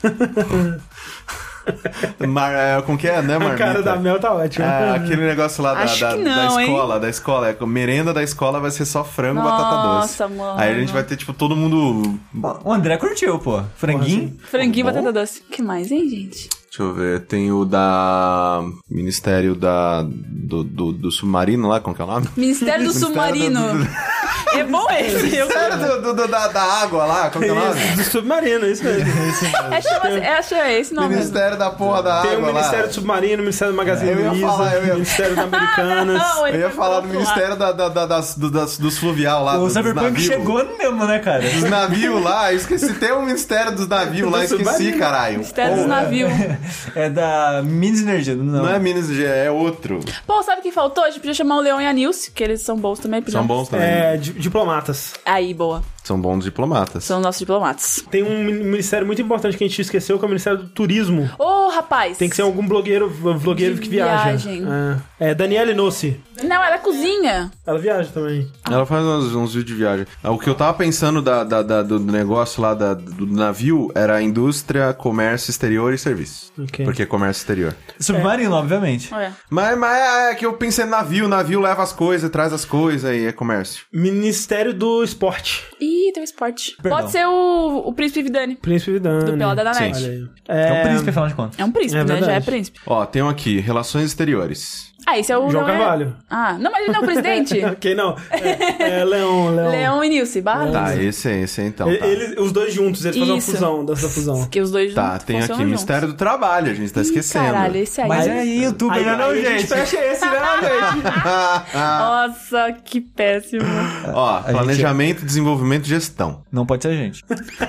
Mar, é, como que é, né, A Marmita? cara da Mel tá ótima. É, aquele negócio lá da, Acho da, que da não, hein? escola, da escola. É, a merenda da escola vai ser só frango e batata doce. Nossa, mano. Aí a gente vai ter, tipo, todo mundo... O André curtiu, pô. Franguinho. Franguinho e Bom. batata doce. O que mais, hein, gente? Deixa eu ver, tem o da... Ministério da... Do, do, do submarino lá, como que é o nome? Ministério do Ministério Submarino. do- É bom esse. Eu... Ministério do, do- do- da, da água lá, como que é o nome? Isso, do submarino, isso mesmo. É, chama, é, acho que é esse nome. mesmo. Ministério da porra da Tem o água Ministério lá. do Submarino, o Ministério do Magazine Eu ia Luiza, falar, eu ia- o Ministério da Americanas. Não, Eu ele ia foi falar do pro outro Ministério da, da, da- das, do- das- dos fluvial lá, O dos Cyberpunk navios. chegou mesmo, né, cara? Dos navios lá, eu esqueci. Tem o Ministério dos navios lá, Do esqueci, submarino. caralho. Ministério dos navios. É da Minas Energia, não. Não é Minas G, é outro. Pô, sabe quem faltou? A gente podia chamar o Leon e a Nilce, que eles são bons também. podia- São bons também. É, di- diplomatas. Aí, boa. São bons diplomatas. São nossos diplomatas. Tem um mi- ministério muito importante que a gente esqueceu, que é o Ministério do Turismo. Ô, rapaz. Tem que ser algum blogueiro, vlogueiro De que viaja. viagem. É, é Daniele Nossi. Não, ela cozinha. Ela viaja também. Ela faz uns, uns vídeos de viagem. Ah, O que eu tava pensando da, da- da- do negócio lá da- do navio era a indústria, comércio exterior e serviço. Ok. Porque é comércio exterior. Submarino, obviamente. Olha. Mas, mas é que eu pensei no navio, navio leva as coisas, traz as coisas e é comércio. Ministério do Esporte. Ih, tem um esporte. Perdão. Pode ser o, o Príncipe Vidani. Príncipe Vidani. Do Pelada da Sim. Net. Olha aí. É, É, um príncipe, afinal de contas. É um príncipe, É né? Já é verdade. príncipe. Ó, tem um aqui, relações exteriores. Ah, esse é o... João Leon e- Carvalho. Ah, não, mas ele não é o presidente? Ok, não. É, é Leão, Leão. Leon e Nilce. Barra Tá, Nilce. esse é esse, então. Ele- Tá, eles- os dois juntos, eles fazem uma Isso. fusão, dessa fusão. Que os dois tá juntos tem aqui funcionam Ministério do Trabalho, a gente tá juntos. Ih, esquecendo. caralho, esse aí. Mas é youtuber, Aí, né, não, aí a gente gente? fecha esse, né, gente? Nossa, que péssimo. Ó, gente- planejamento, desenvolvimento e gestão. Não pode ser a gente.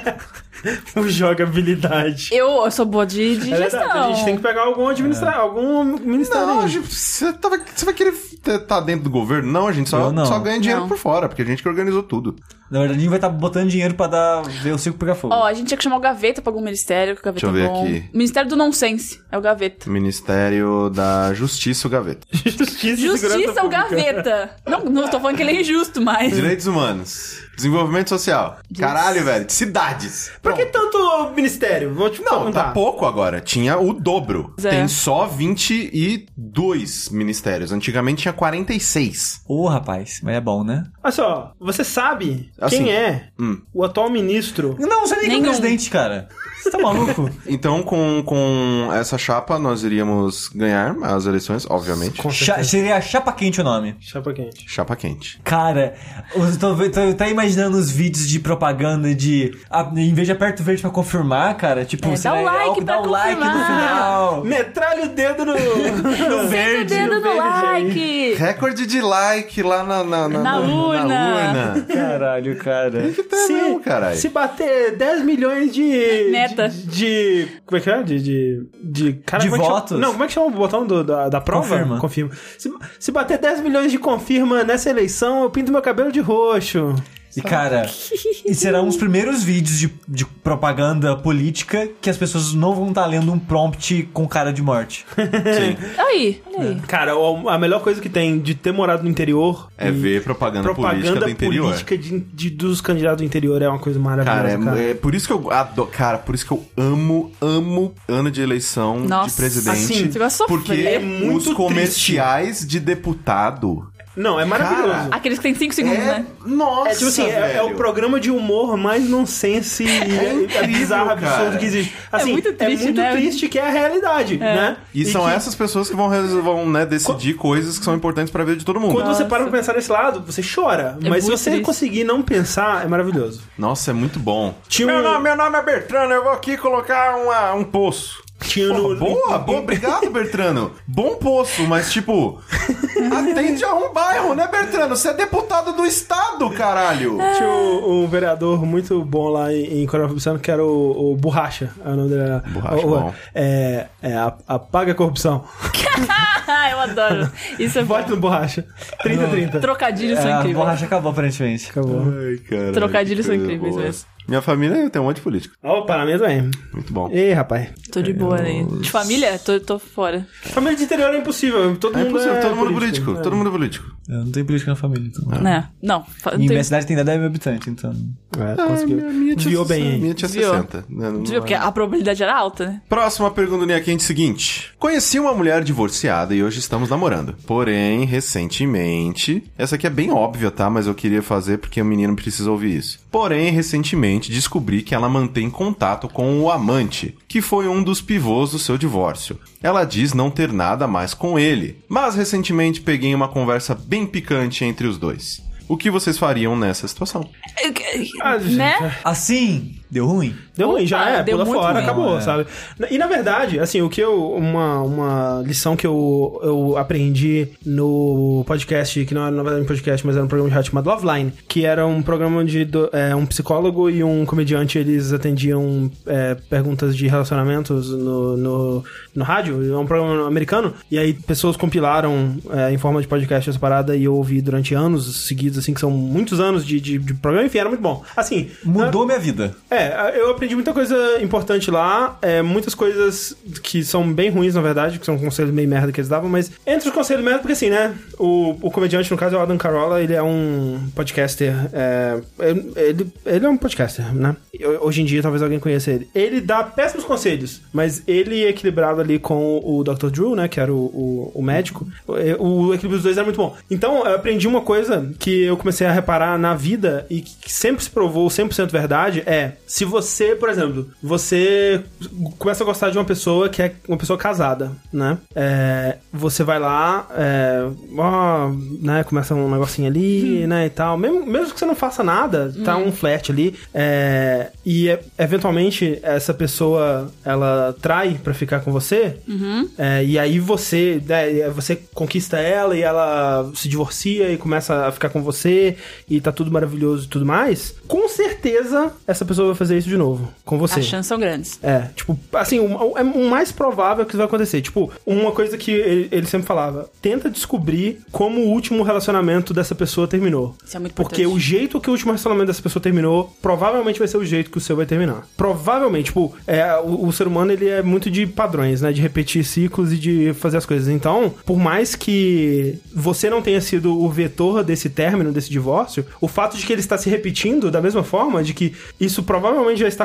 O jogabilidade. Eu, eu sou boa de, de É gestão. verdade, a gente tem que pegar algum administrar, algum ministério. Não, aí. gente, você, tava, você vai querer estar dentro do governo? Não, a gente só, Eu não. só ganha dinheiro Não. por fora, porque a gente que organizou tudo. Na verdade, a gente vai estar botando dinheiro pra dar, ver o circo pegar fogo. Ó, a gente tinha que chamar o Gaveta pra algum ministério, que o Gaveta Deixa eu é ver bom. aqui. Ministério do Nonsense, é o Gaveta. Ministério da Justiça, o Gaveta. Justiça, e Justiça Segurança é o Pública. Gaveta. Não, não tô falando que ele é injusto, mas... Direitos humanos. Desenvolvimento social. Caralho, velho. Cidades. Pra que tanto ministério? Vou te Não, perguntar. tá pouco agora. Tinha o dobro. É. Tem só vinte e dois ministérios. Antigamente tinha quarenta e seis. Ô, rapaz, mas é bom, né? Olha só, você sabe Assim, quem é hum. o atual ministro? Não, você nem que é o Nenhum. presidente, cara. Você tá maluco? Então, com, com essa chapa, nós iríamos ganhar as eleições, obviamente. Com Cha- certeza. seria Chapa Quente o nome. Chapa quente. Chapa quente. Cara, eu tô, tô, tô imaginando os vídeos de propaganda de... ah, em vez de aperta o verde pra confirmar, cara, tipo... É, dá seria o like algo- pra dá o like no confirmar. final. Metralha o dedo no, no Senta o verde. dedo no verde aí. like. Recorde de like lá na, na, na, Na urna. na urna. Caralho, cara. Que tem mesmo, caralho. Se bater dez milhões de... Meta. De, de- como é que é? De... De, de, cara, De como é que votos. chama? Não, como é que chama o botão do- da, da prova? Confirma. Confirma. Se, se bater dez milhões de confirma nessa eleição, eu pinto meu cabelo de roxo. E, cara, e serão os primeiros vídeos de, de propaganda política que as pessoas não vão estar lendo um prompt com cara de morte. Sim. Aí, olha aí. Cara, o- a melhor coisa que tem de ter morado no interior... É e ver propaganda, política propaganda do interior. política de, de- dos candidatos do interior é uma coisa maravilhosa, Cara, cara. é, é por isso que eu adoro, cara, por isso que eu amo, amo ano de eleição Nossa, de presidente. assim, você vai sofrer. porque É muito os comerciais de deputado. Não, é maravilhoso. Cara, Aqueles que tem cinco segundos, é, né? nossa, É tipo assim, é, é o velho. programa de humor mais nonsense e é, incrível, bizarro, absurdo cara. que existe. Assim, muito triste, é muito né? triste que é a realidade, né? E, são que essas pessoas que vão, res- vão né, decidir coisas que são importantes pra vida de todo mundo. Quando você Nossa. para pra pensar nesse lado, você chora. É mas se muito você triste. conseguir não pensar, é maravilhoso. Nossa, é muito bom. Tinha meu, um- nome, meu nome é Bertrano, eu vou aqui colocar uma- um poço. Tinha Porra, no- boa, em- boa, obrigado, Bertrano. Bom poço, mas tipo, atende a um bairro, né, Bertrano? Você é deputado do estado, caralho. Tinha um, um vereador muito bom lá em, em Coronel Fabriciano, que era o, o Borracha. É o nome dele. era- Borracha, o- bom. É, é a- apaga a corrupção. Eu adoro. Isso é bom. Vote no Borracha. trinta trinta. Trocadilhos É, são a incríveis. borracha acabou, aparentemente. Acabou. Ai, caralho, Trocadilhos que são coisa incríveis boa. mesmo. Minha família tem um monte de político. Opa, na mesma aí. Muito bom. Ei, rapaz. Tô de boa aí. De família? Tô, tô fora. Família de interior é impossível. Todo É mundo impossível, é todo mundo político. é. Todo mundo político. Eu não tenho política na família, então. Né? Não. fa- E não tem- minha cidade tem dez mil habitantes, então... É, conseguiu. minha Desviou bem aí. Minha tinha Desviou. sessenta. Né? Não- Viu? Porque a probabilidade era alta, né? Próxima pergunta do Linha Quente seguinte. Conheci uma mulher divorciada e hoje estamos namorando. Porém, recentemente... Essa aqui é bem óbvia, tá? Mas eu queria fazer porque o menino precisa ouvir isso. Porém, recentemente descobri que ela mantém contato com o amante, que foi um dos pivôs do seu divórcio. Ela diz não ter nada mais com ele. Mas recentemente peguei uma conversa bem picante entre os dois. O que vocês fariam nessa situação? Ah, Né? Assim, deu ruim? Deu ruim, já Opa, é, deu pula muito fora, ruim. acabou, É. sabe? E na verdade, assim, o que eu. Uma, uma lição que eu, eu aprendi no podcast, que não era na verdade um podcast, mas era um programa de rádio chamado Loveline, que era um programa de do- é, um psicólogo e um comediante, eles atendiam é, perguntas de relacionamentos no, no, no rádio, é um programa americano, e aí pessoas compilaram é, em forma de podcast essa parada e eu ouvi durante anos seguidos, assim, que são muitos anos de, de, de programa, enfim, era muito bom. Assim, Mudou minha vida. é, eu aprendi muita coisa importante lá, é, muitas coisas que são bem ruins, na verdade, que são conselhos meio merda que eles davam, mas entre os conselhos merda, porque assim, né, o, o comediante, no caso, é o Adam Carolla, ele é um podcaster, é, ele, ele é um podcaster, né, hoje em dia talvez alguém conheça ele. Ele dá péssimos conselhos, mas ele é equilibrado ali com o doutor Drew, né, que era o, o, o médico, o, o equilíbrio dos dois era muito bom. Então, eu aprendi uma coisa que eu comecei a reparar na vida e que sempre se provou cem por cento verdade, é, se você, por exemplo, você começa a gostar de uma pessoa que é uma pessoa casada, né? É, você vai lá, é, ó, né? Começa um negocinho ali, né? E tal. Mesmo, mesmo que você não faça nada, tá um flerte ali. É, e é, eventualmente essa pessoa ela trai pra ficar com você. É, e aí você, né, você conquista ela e ela se divorcia e começa a ficar com você e tá tudo maravilhoso e tudo mais. Com certeza essa pessoa vai fazer isso de novo com você. As chances são grandes. É, tipo, assim, o, é o mais provável que isso vai acontecer. Tipo, uma coisa que ele, ele sempre falava, tenta descobrir como o último relacionamento dessa pessoa terminou. Isso é muito Porque importante. o jeito que o último relacionamento dessa pessoa terminou, provavelmente vai ser o jeito que o seu vai terminar. Provavelmente, tipo, é, o, o ser humano, ele é muito de padrões, né? De repetir ciclos e de fazer as coisas. Então, por mais que você não tenha sido o vetor desse término, desse divórcio, o fato de que ele está se repetindo da mesma forma, de que isso provavelmente já está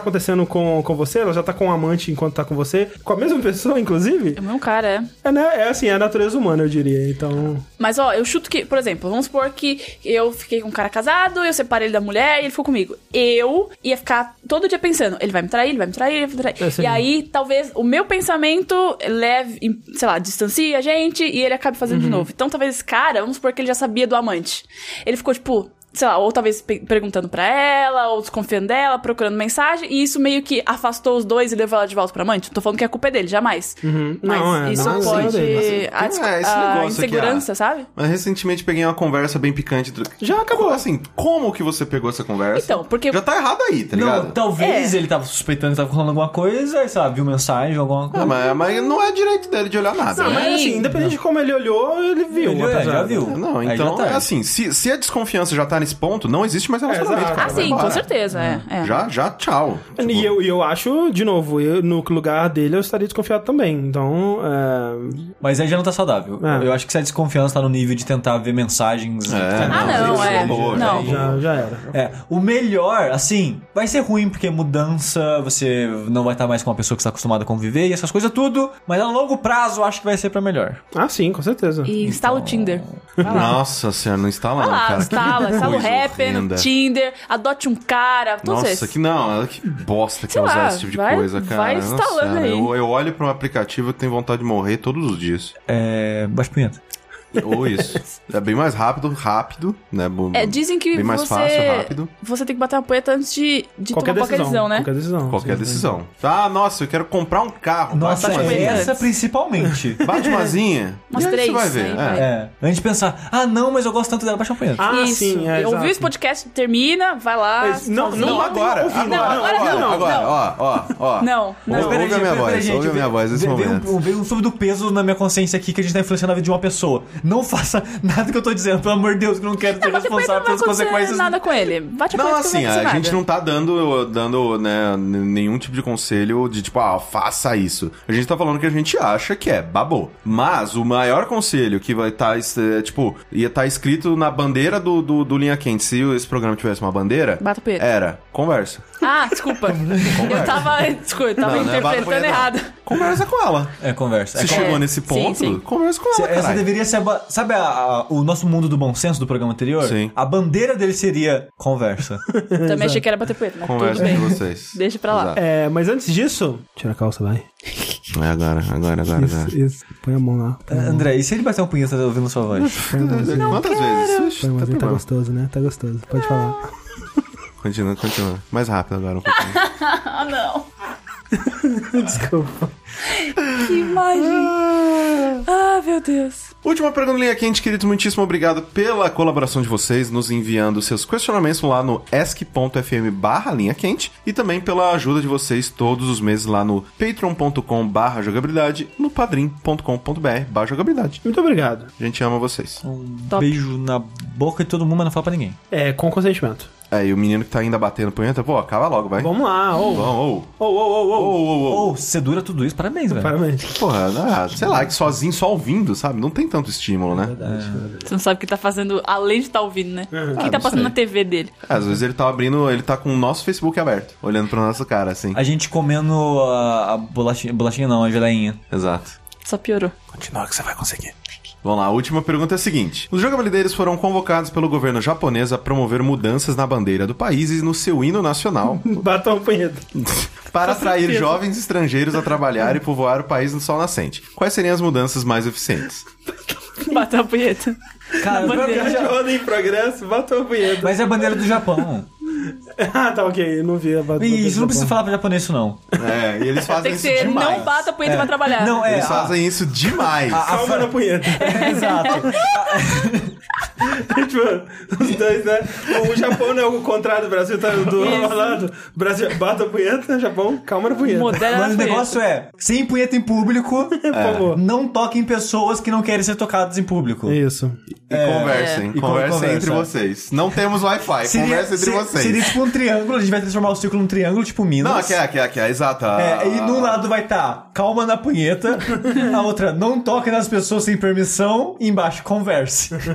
acontecendo com, com você, ela já tá com um amante enquanto tá com você, com a mesma pessoa, inclusive, É o mesmo cara, é. é, né, é assim, é a natureza humana, eu diria, então... Mas, ó, eu chuto que, por exemplo, vamos supor que eu fiquei com um cara casado, eu separei ele da mulher e ele ficou comigo. Eu ia ficar todo dia pensando, ele vai me trair, ele vai me trair, ele vai me trair. É, sim. E aí, talvez, o meu pensamento leve, em- sei lá, distancie a gente e ele acabe fazendo de novo. Então, talvez esse cara, vamos supor que ele já sabia do amante. Ele ficou, tipo... sei lá, ou talvez pe- perguntando pra ela, ou desconfiando dela, procurando mensagem, e isso meio que afastou os dois e levou ela de volta pra amante. Não tô falando que a culpa é dele, jamais. Uhum. Mas Não, é, isso não, é pode... dele. a, Assim, é, esse a negócio aqui, insegurança, ah, sabe? Mas recentemente peguei uma conversa bem picante. Do... Já acabou. Assim, como que você pegou essa conversa? Então, porque- Já tá errado aí, tá ligado? Não, talvez É. ele tava suspeitando que tava falando alguma coisa, aí, sei lá, viu mensagem, alguma coisa. Ah, mas, mas não é direito dele de olhar nada. Não, né? mas assim, independente de como ele olhou, ele viu. Ele apesar. é, já viu. Não, Aí então, já tá. é assim, se, se a desconfiança já tá nesse ponto, não existe mais relacionamento. exato. cara, Ah, vai sim, embora. com certeza, é. é. Já, já, tchau. Tipo, E eu, e eu acho, de novo, eu, no lugar dele eu estaria desconfiado também. Então, é... Mas aí já não tá saudável. É. Eu acho que se a desconfiança tá no nível de tentar ver mensagens... É, Ah, não, isso é. acabou, Não. né? já, já era. É, o melhor, assim, vai ser ruim porque mudança, você não vai estar mais com uma pessoa que está acostumada a conviver e essas coisas tudo, mas a longo prazo eu acho que vai ser pra melhor. Ah, sim, com certeza. E instala o Tinder. Vai lá. Nossa senhora, não instala Vai não, lá, cara. instala, Que instala o coisa Happn, horrenda. o Tinder, adote um cara, todos Nossa, esses. que não, que bosta que Sei é usar lá, esse tipo de vai- coisa, cara. vai Nossa instalando senhora, aí. Eu, eu olho pra um aplicativo e tenho vontade de morrer todos os dias. É... Baixa punheta. Ou isso. É bem mais rápido, rápido, né? Bu- É, dizem que bem mais você, fácil, rápido. você tem que bater uma poeta antes de, de Qualquer tomar decisão, qualquer decisão, né? Qualquer decisão. Qualquer decisão. Ah, nossa, eu quero comprar um carro. Nossa, bate uma punheta. zinha. essa principalmente. Bate uma zinha. Umas e aí três, você vai ver. aí é. vai. É, antes de pensar, ah não, mas eu gosto tanto dela, baixa a punheta. Ah, Isso. sim, é, Ouviu exato. esse podcast, termina, vai lá. Mas não- sozinho. Não, agora, ouvindo. agora, Não, agora agora, não, agora, não. ó, ó, ó. Não, não. Ouve a minha voz, ouve a minha voz nesse veio, momento. Um, veio um sub do peso na minha consciência aqui que a gente tá influenciando a vida de uma pessoa. Não faça nada que eu tô dizendo, pelo amor de Deus, que eu não quero ser Não, bater punheta responsável não vai pelas acontecer consequências. nada com ele. Bate a Não, punheta que assim, vai a acontecer gente nada. não tá dando, dando né, n- nenhum tipo de conselho de tipo, ah, faça isso. A gente tá falando que a gente acha que é babô. Mas o maior conselho que vai estar, tá, tipo, ia estar escrito na bandeira do, do, do Linha Quente, se esse programa tivesse uma bandeira, Bata punheta. era conversa. Ah, desculpa. eu tava, desculpa, eu tava Não, não é bata interpretando punheta, não. errado. Conversa com ela. É conversa. Se É, chegou É, nesse sim, ponto, sim. conversa com ela, Essa caralho. deveria ser a ba- Sabe a- a- o nosso mundo do bom senso do programa anterior? Sim. A bandeira dele seria conversa. Também achei que era bater punheta, mas Conversa tudo bem. com vocês. Deixa pra lá. Exato. É, mas antes disso... Tira a calça, vai. É agora, agora, agora, Isso, agora. isso. Põe a mão lá. Põe a mão. André, e se ele bater um punheta ouvindo sua voz? Põe a mãozinha. Quantas vezes? Ixi, Põe a tá mãozinha. Tá problema. gostoso, né? Tá gostoso. Pode falar. Continua, continua. Mais rápido agora um pouquinho. Ah, não. Desculpa. Que imagem. Ah, meu Deus. Última pergunta linha quente, queridos. Muitíssimo obrigado pela colaboração de vocês, nos enviando seus questionamentos lá no ask.fm barra linha quente e também pela ajuda de vocês todos os meses lá no patreon.com barra jogabilidade, no padrim.com.br barra jogabilidade. Muito obrigado. A gente ama vocês. Um Top. beijo na boca de todo mundo, mas não fala pra ninguém. É, com consentimento. É, e o menino que tá ainda batendo punheta, pô, acaba logo, vai. Vamos lá. Ô, Vamos, ô. ô, ô, ô, ô. Ô, ô, ô. Ou, você dura tudo isso, parabéns, velho. Parabéns. Porra, ah, sei lá, que sozinho, só ouvindo, sabe? Não tem tanto estímulo, né? Você não sabe o que tá fazendo, além de estar ouvindo, né? O que Ah, tá não passando sei. na T V dele. É, às vezes ele tá abrindo, ele tá com o nosso Facebook aberto, olhando pra nossa cara, assim. A gente comendo a, a bolachinha, bolachinha não, a geleinha. Exato. Só piorou. Continua que você vai conseguir. Vamos lá, a última pergunta é a seguinte. Os jogabilideiros foram convocados pelo governo japonês a promover mudanças na bandeira do país e no seu hino nacional Bata uma punheta. para Com atrair certeza. jovens estrangeiros a trabalhar e povoar o país no sol nascente. Quais seriam as mudanças mais eficientes? Bateu a punheta. Cara, Na bandeira. já- Ordem em progresso, bata uma punheta. mas é a bandeira do Japão. Ah, tá ok. Eu não vi a bata. Ih, isso não precisa falar pra japonês isso não. É, e eles fazem Tem que isso ser, demais. não bata a punheta pra trabalhar. Não, é. Eles a- fazem isso demais. Calma na punheta. Exato. Tipo, os dois, né? O Japão não é o contrário do Brasil, tá do Isso. lado. Brasil, bata a punheta, Japão, calma na punheta. Modera Mas na o punheta. negócio é, sem punheta em público, Por favor. não toque em pessoas que não querem ser tocadas em público. Isso. E conversem, E conversem conversa. entre vocês. Não temos Wi-Fi, conversem entre se- vocês. Seria tipo um triângulo, a gente vai transformar o círculo num triângulo, tipo Minas. Não, aqui é, aqui é, aqui é, exato. É, e num lado vai estar calma na punheta, a outra não toque nas pessoas sem permissão, e embaixo converse.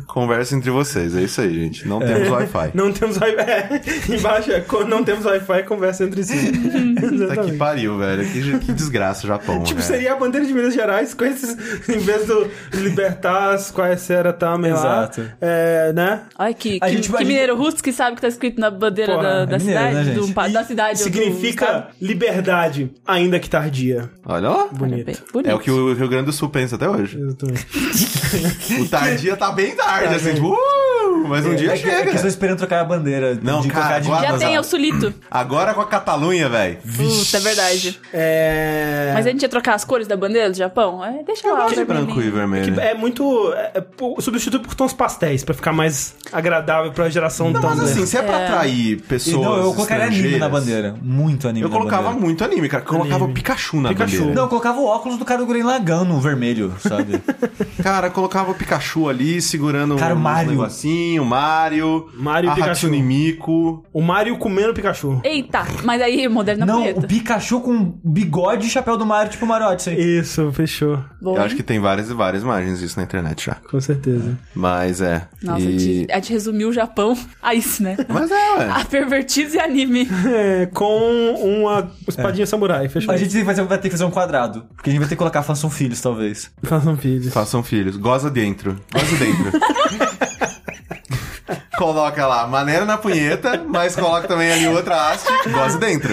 conversa entre vocês. É isso aí, gente. Não temos Wi-Fi. Não temos Wi-Fi. É, embaixo é, quando não temos Wi-Fi, conversa entre si. Tá que pariu, velho. Que, que desgraça o Japão, Tipo, velho. seria a bandeira de Minas Gerais com esses, em vez do Libertas, quais era também lá. Exato. É, né? Ai, que, A que, gente- que a gente- mineiro roots que sabe que tá escrito na bandeira Porra, da, da é mineiro, cidade, né, do, gente? pa- da cidade. do Significa estado. liberdade, ainda que tardia. Olha lá. Bonito. Bonito. É o que o Rio Grande do Sul pensa até hoje. Exatamente. O tardia tá bem tarde, Tá assim, bem. tipo, uh, mas um dia é, que, é chega. que eu estou esperando trocar a bandeira. Não, de cara, trocar de agora- Já Mas, tem ó, o Sulito. Agora com a Catalunha, velho. Puta, é verdade. É... Mas a gente ia trocar as cores da bandeira do Japão? É, deixa lá. Que o branco e vermelhinho. vermelho. É muito... É, é, pô, substitui por tons pastéis, pra ficar mais agradável pra geração Não, mas Tumblr. assim, se é pra É. atrair E pessoas não, eu colocaria anime na estrangeiras, bandeira. Muito anime Eu na colocava bandeira. muito anime, cara. Eu colocava Anime. o Pikachu na Pikachu. bandeira. Não, eu colocava o óculos do cara do Gurren Lagann no vermelho, sabe? Cara, eu colocava o Pikachu ali, segurando Cara, o uns Mario. negocinho, o Mario, Mario e a Pikachu. Hatsune Miku. O Mario comendo o Pikachu. Eita, mas aí moderna Não, punheta. o Pikachu com bigode e chapéu do Mario, tipo o Mario Odyssey. Isso, fechou. Bom, Eu acho que tem várias e várias imagens disso na internet já. Com certeza. Mas é. Nossa, e... a, gente, a gente resumiu o Japão a isso, né? Mas é, ué. A pervertidos e anime. É, com uma espadinha samurai, fechou. A gente tem que fazer- vai ter que fazer um quadrado. Porque a gente vai ter que colocar façam filhos, talvez. Façam filhos. Façam filhos. Goza dentro. Goza dentro. Coloca lá, maneira na punheta, mas coloca também ali outra haste, goza dentro.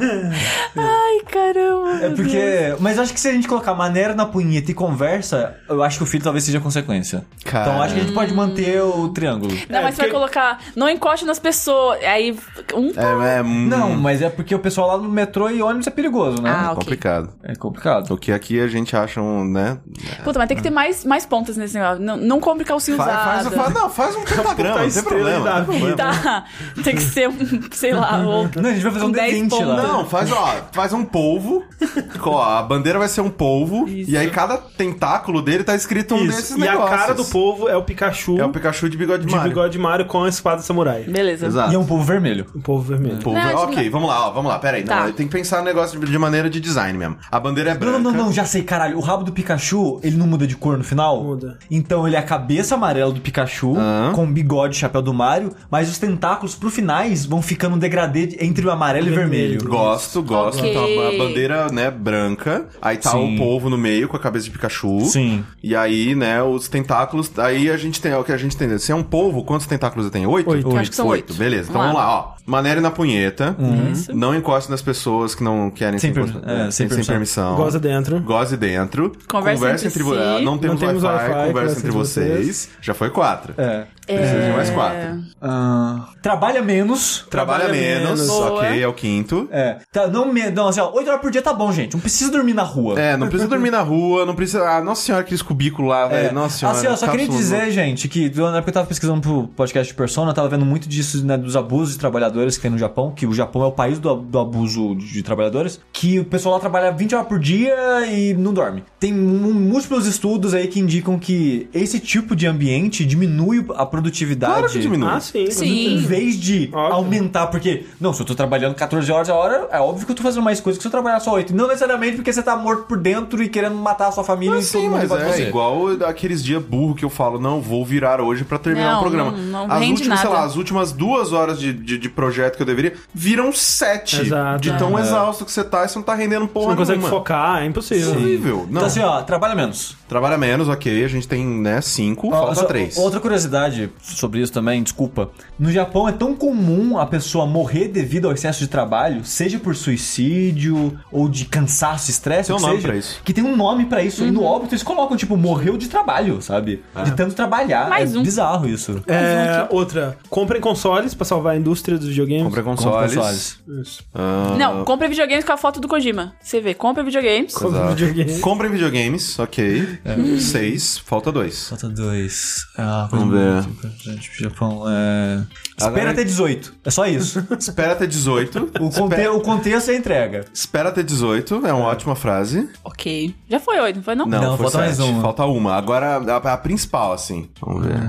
Ai, caramba. É meu Deus. porque... Mas eu acho que se a gente colocar maneira na punheta e conversa, eu acho que o filho talvez seja consequência. Cara. Então eu acho que a gente pode manter o triângulo. Não, É, mas você vai porque- colocar, não encoste nas pessoas. Aí, um... É, é hum, Não, mas é porque o pessoal lá no metrô e ônibus é perigoso, né? Ah, ok. complicado. É complicado. O que aqui a gente acha um, né? Puta, mas tem que ter mais, mais pontas nesse negócio. Não, não compre calcinha Faz, faz, usada. faz, não, faz um pentagrama, Puta não tem estrela problema. da não tem problema. Tá, tem que ser um, sei lá, outro. Não, a gente vai fazer um Com dez D vinte lá. pontos. Não, faz, ó, faz um polvo. Ó, a bandeira vai ser um polvo. Isso. E aí cada tentáculo dele tá escrito um desses Isso. E negócios. a cara do povo é o Pikachu É o Pikachu de bigode de de Mario. bigode Mario com a espada samurai. Beleza. Exato. E é um povo vermelho. O povo vermelho. Polvo, Não, acho ok, que vamos lá, ó, vamos lá, pera aí. Tá. Não, tem que pensar no negócio de, de maneira de design mesmo. A bandeira é branca. Não, não, não, não, já sei, caralho. O rabo do Pikachu, ele não muda de cor no final? Muda. Então ele é a cabeça amarela do Pikachu, Aham. com o bigode e chapéu do Mario, mas os tentáculos pro finais vão ficando um degradê entre o amarelo e o Vermelho. vermelho. Gosto, gosto. Ok. Então a bandeira, né, branca. Aí tá Sim. o polvo no meio com a cabeça de Pikachu. Sim. E aí, né, os tentáculos. Aí a gente tem. É o que a gente tem. Se é um polvo, quantos tentáculos ele tem? Oito? Oito. Acho que são oito. Beleza. Então Vamos vamos lá, ó. Maneira na punheta. Isso. Não encoste nas pessoas que não querem Sem ser per- encostadas. é, É, sem sem, sem permissão. Goza dentro. Goze dentro. Conversa entre vo- si. ah, Não temos Não temos Wi-Fi, Wi-Fi, conversa entre vocês. vocês. Já foi quatro. É. Precisa de mais quatro. Ah, trabalha menos. Trabalha, Trabalha menos, menos. Boa. ok, é o quinto. É. Tá, não, me, não, assim, ó, oito horas por dia tá bom, gente. Não precisa dormir na rua. É, não precisa dormir na rua, não precisa. Ah, nossa senhora, aqueles cubículos lá, velho. Nossa senhora. Assim, ó, só queria cápsula- dizer, gente, que na época que eu tava pesquisando pro podcast de Persona, eu tava vendo muito disso, né, dos abusos de trabalhadores que tem no Japão, que o Japão é o país do, do abuso de, de trabalhadores, que o pessoal lá trabalha vinte horas por dia e não dorme. Tem mu- múltiplos estudos aí que indicam que esse tipo de ambiente diminui a produtividade. Claro que diminui. Ah, sim. com Sim. Em certeza. vez de Óbvio. aumentar, porque, não, se eu tô trabalhando catorze horas a hora, é óbvio que eu tô fazendo mais coisas que se eu trabalhar só oito. Não necessariamente porque você tá morto por dentro e querendo matar a sua família Ah, e sim, todo mundo mas igual é você. igual aqueles dias burro que eu falo, não, vou virar hoje pra terminar Não, o programa. não- não as rende últimas, sei nada. lá, as últimas duas horas de, de, de projeto que eu deveria, viram sete. Exato. De tão É. exausto que você tá e você não tá rendendo Você porra não consegue nenhuma. focar, é impossível. Horrível. Não. Então assim, ó, trabalha menos. Trabalha menos, ok, a gente tem, né, cinco, Ó, falta só- três. Outra curiosidade sobre isso também, desculpa. No Japão é tão comum a pessoa morrer devido ao excesso de trabalho, seja por suicídio ou de cansaço, estresse, Tem ou um que nome seja, pra isso. que tem um nome pra isso. E no óbito eles colocam, tipo, morreu de trabalho, sabe? De tanto trabalhar. Mais é um. bizarro isso. É, outra, comprem consoles pra salvar a indústria dos videogames. Compra Com consoles. consoles. Isso. Ah, Não, compra videogames com a foto do Kojima. Você vê, compra videogames. Comprem exato. videogames. Comprem videogames, ok. Seis, falta dois. Falta dois. Ah, Vamos ver. Gente, Japão é... Espera Agora- até dezoito. É só isso. Espera até dezoito. O, conte... Espera- o contexto é a entrega. Espera até dezoito, é uma ótima frase. Ok. Já foi oito, não foi não? Não, Não, foi falta mais sete. uma. Falta uma. Agora a, a principal, assim. Vamos ver.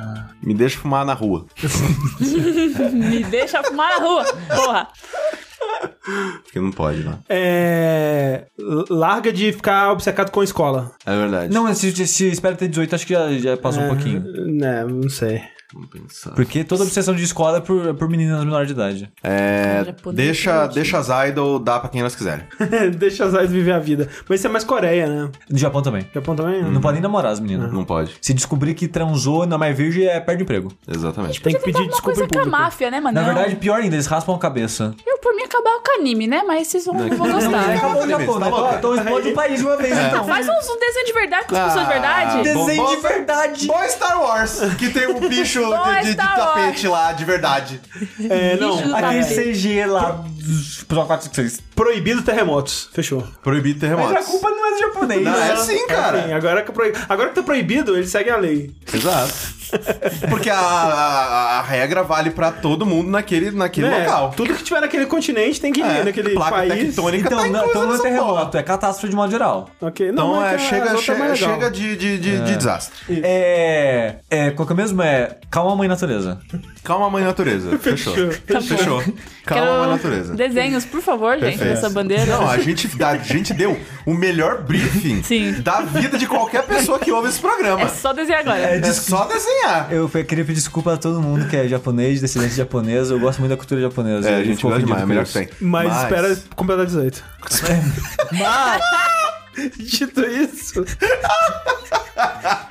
Me deixa fumar na rua. Me deixa fumar na rua. Porra. Porque não pode, não. É... Larga de ficar obcecado com a escola. É verdade. Não, mas se, se espera ter dezoito, acho que já, já passou é... um pouquinho. Né, não sei. Vamos pensar. Porque toda obsessão de escola é por, é por meninas menores de idade. É... Japonês, Deixa, gente. deixa as idol dar pra quem elas quiserem. Deixa as idols viver a vida. Mas isso é mais Coreia, né? No Japão também. Japão também? Não pode nem namorar as meninas. Não pode. Se descobrir que transou na mais virgem, é perde emprego. Exatamente. Tem que Podia pedir tentar desculpa alguma em coisa com a público. máfia, né, mano? Na Não. verdade, pior ainda, eles raspam a cabeça. Eu, por mim, acabar com anime, né? Mas vocês vão, não vão não, gostar. não, Acabou o Tá Japão, né? louca? Então explode o país de uma vez, então. Faz uns, um desenho de verdade com as pessoas de verdade. Ah, Desenho bom, de bom- verdade. Bom Star Wars, que tem um bicho Bom de, de- de Star tapete lá, de verdade. É, não. Bicho do Aquele tapete. C G lá, episódio quatro, cinco, seis. Proibido terremotos. Fechou. Proibido terremotos. Mas a culpa não é do japonês. Não, é sim, cara. Assim, agora, que proib... agora que tá proibido, eles seguem a lei. Exato. Porque a, a- a regra vale pra todo mundo naquele, naquele Né? local. Tudo que tiver naquele continente tem que ir É, naquele placa país. tectônica Então, tá não, inclusa então não é nessa terremoto, porra. é catástrofe de modo geral. Ok, não, Então mas é, a- chega, as outras é chega, mais legal. chega de, de, de, de desastre. É. É. Qual que é mesmo? É. Calma, mãe natureza. Calma, mãe natureza. Fechou. Tá bom. Fechou. Calma, Quero mãe natureza. desenhos, por favor, gente, Perfeito. dessa bandeira. Não, a gente, a gente deu o melhor briefing Sim. da vida de qualquer pessoa que ouve esse programa. É só desenhar agora. É só desenhar. Eu fe- queria pedir desculpa a todo mundo que é japonês, descendente japonês. Eu gosto muito da cultura japonesa. É, a Eu gente fico gosta demais, é ofendido o melhor com que tem. isso. Mas, espera completar dezoito. Mas. Dito isso.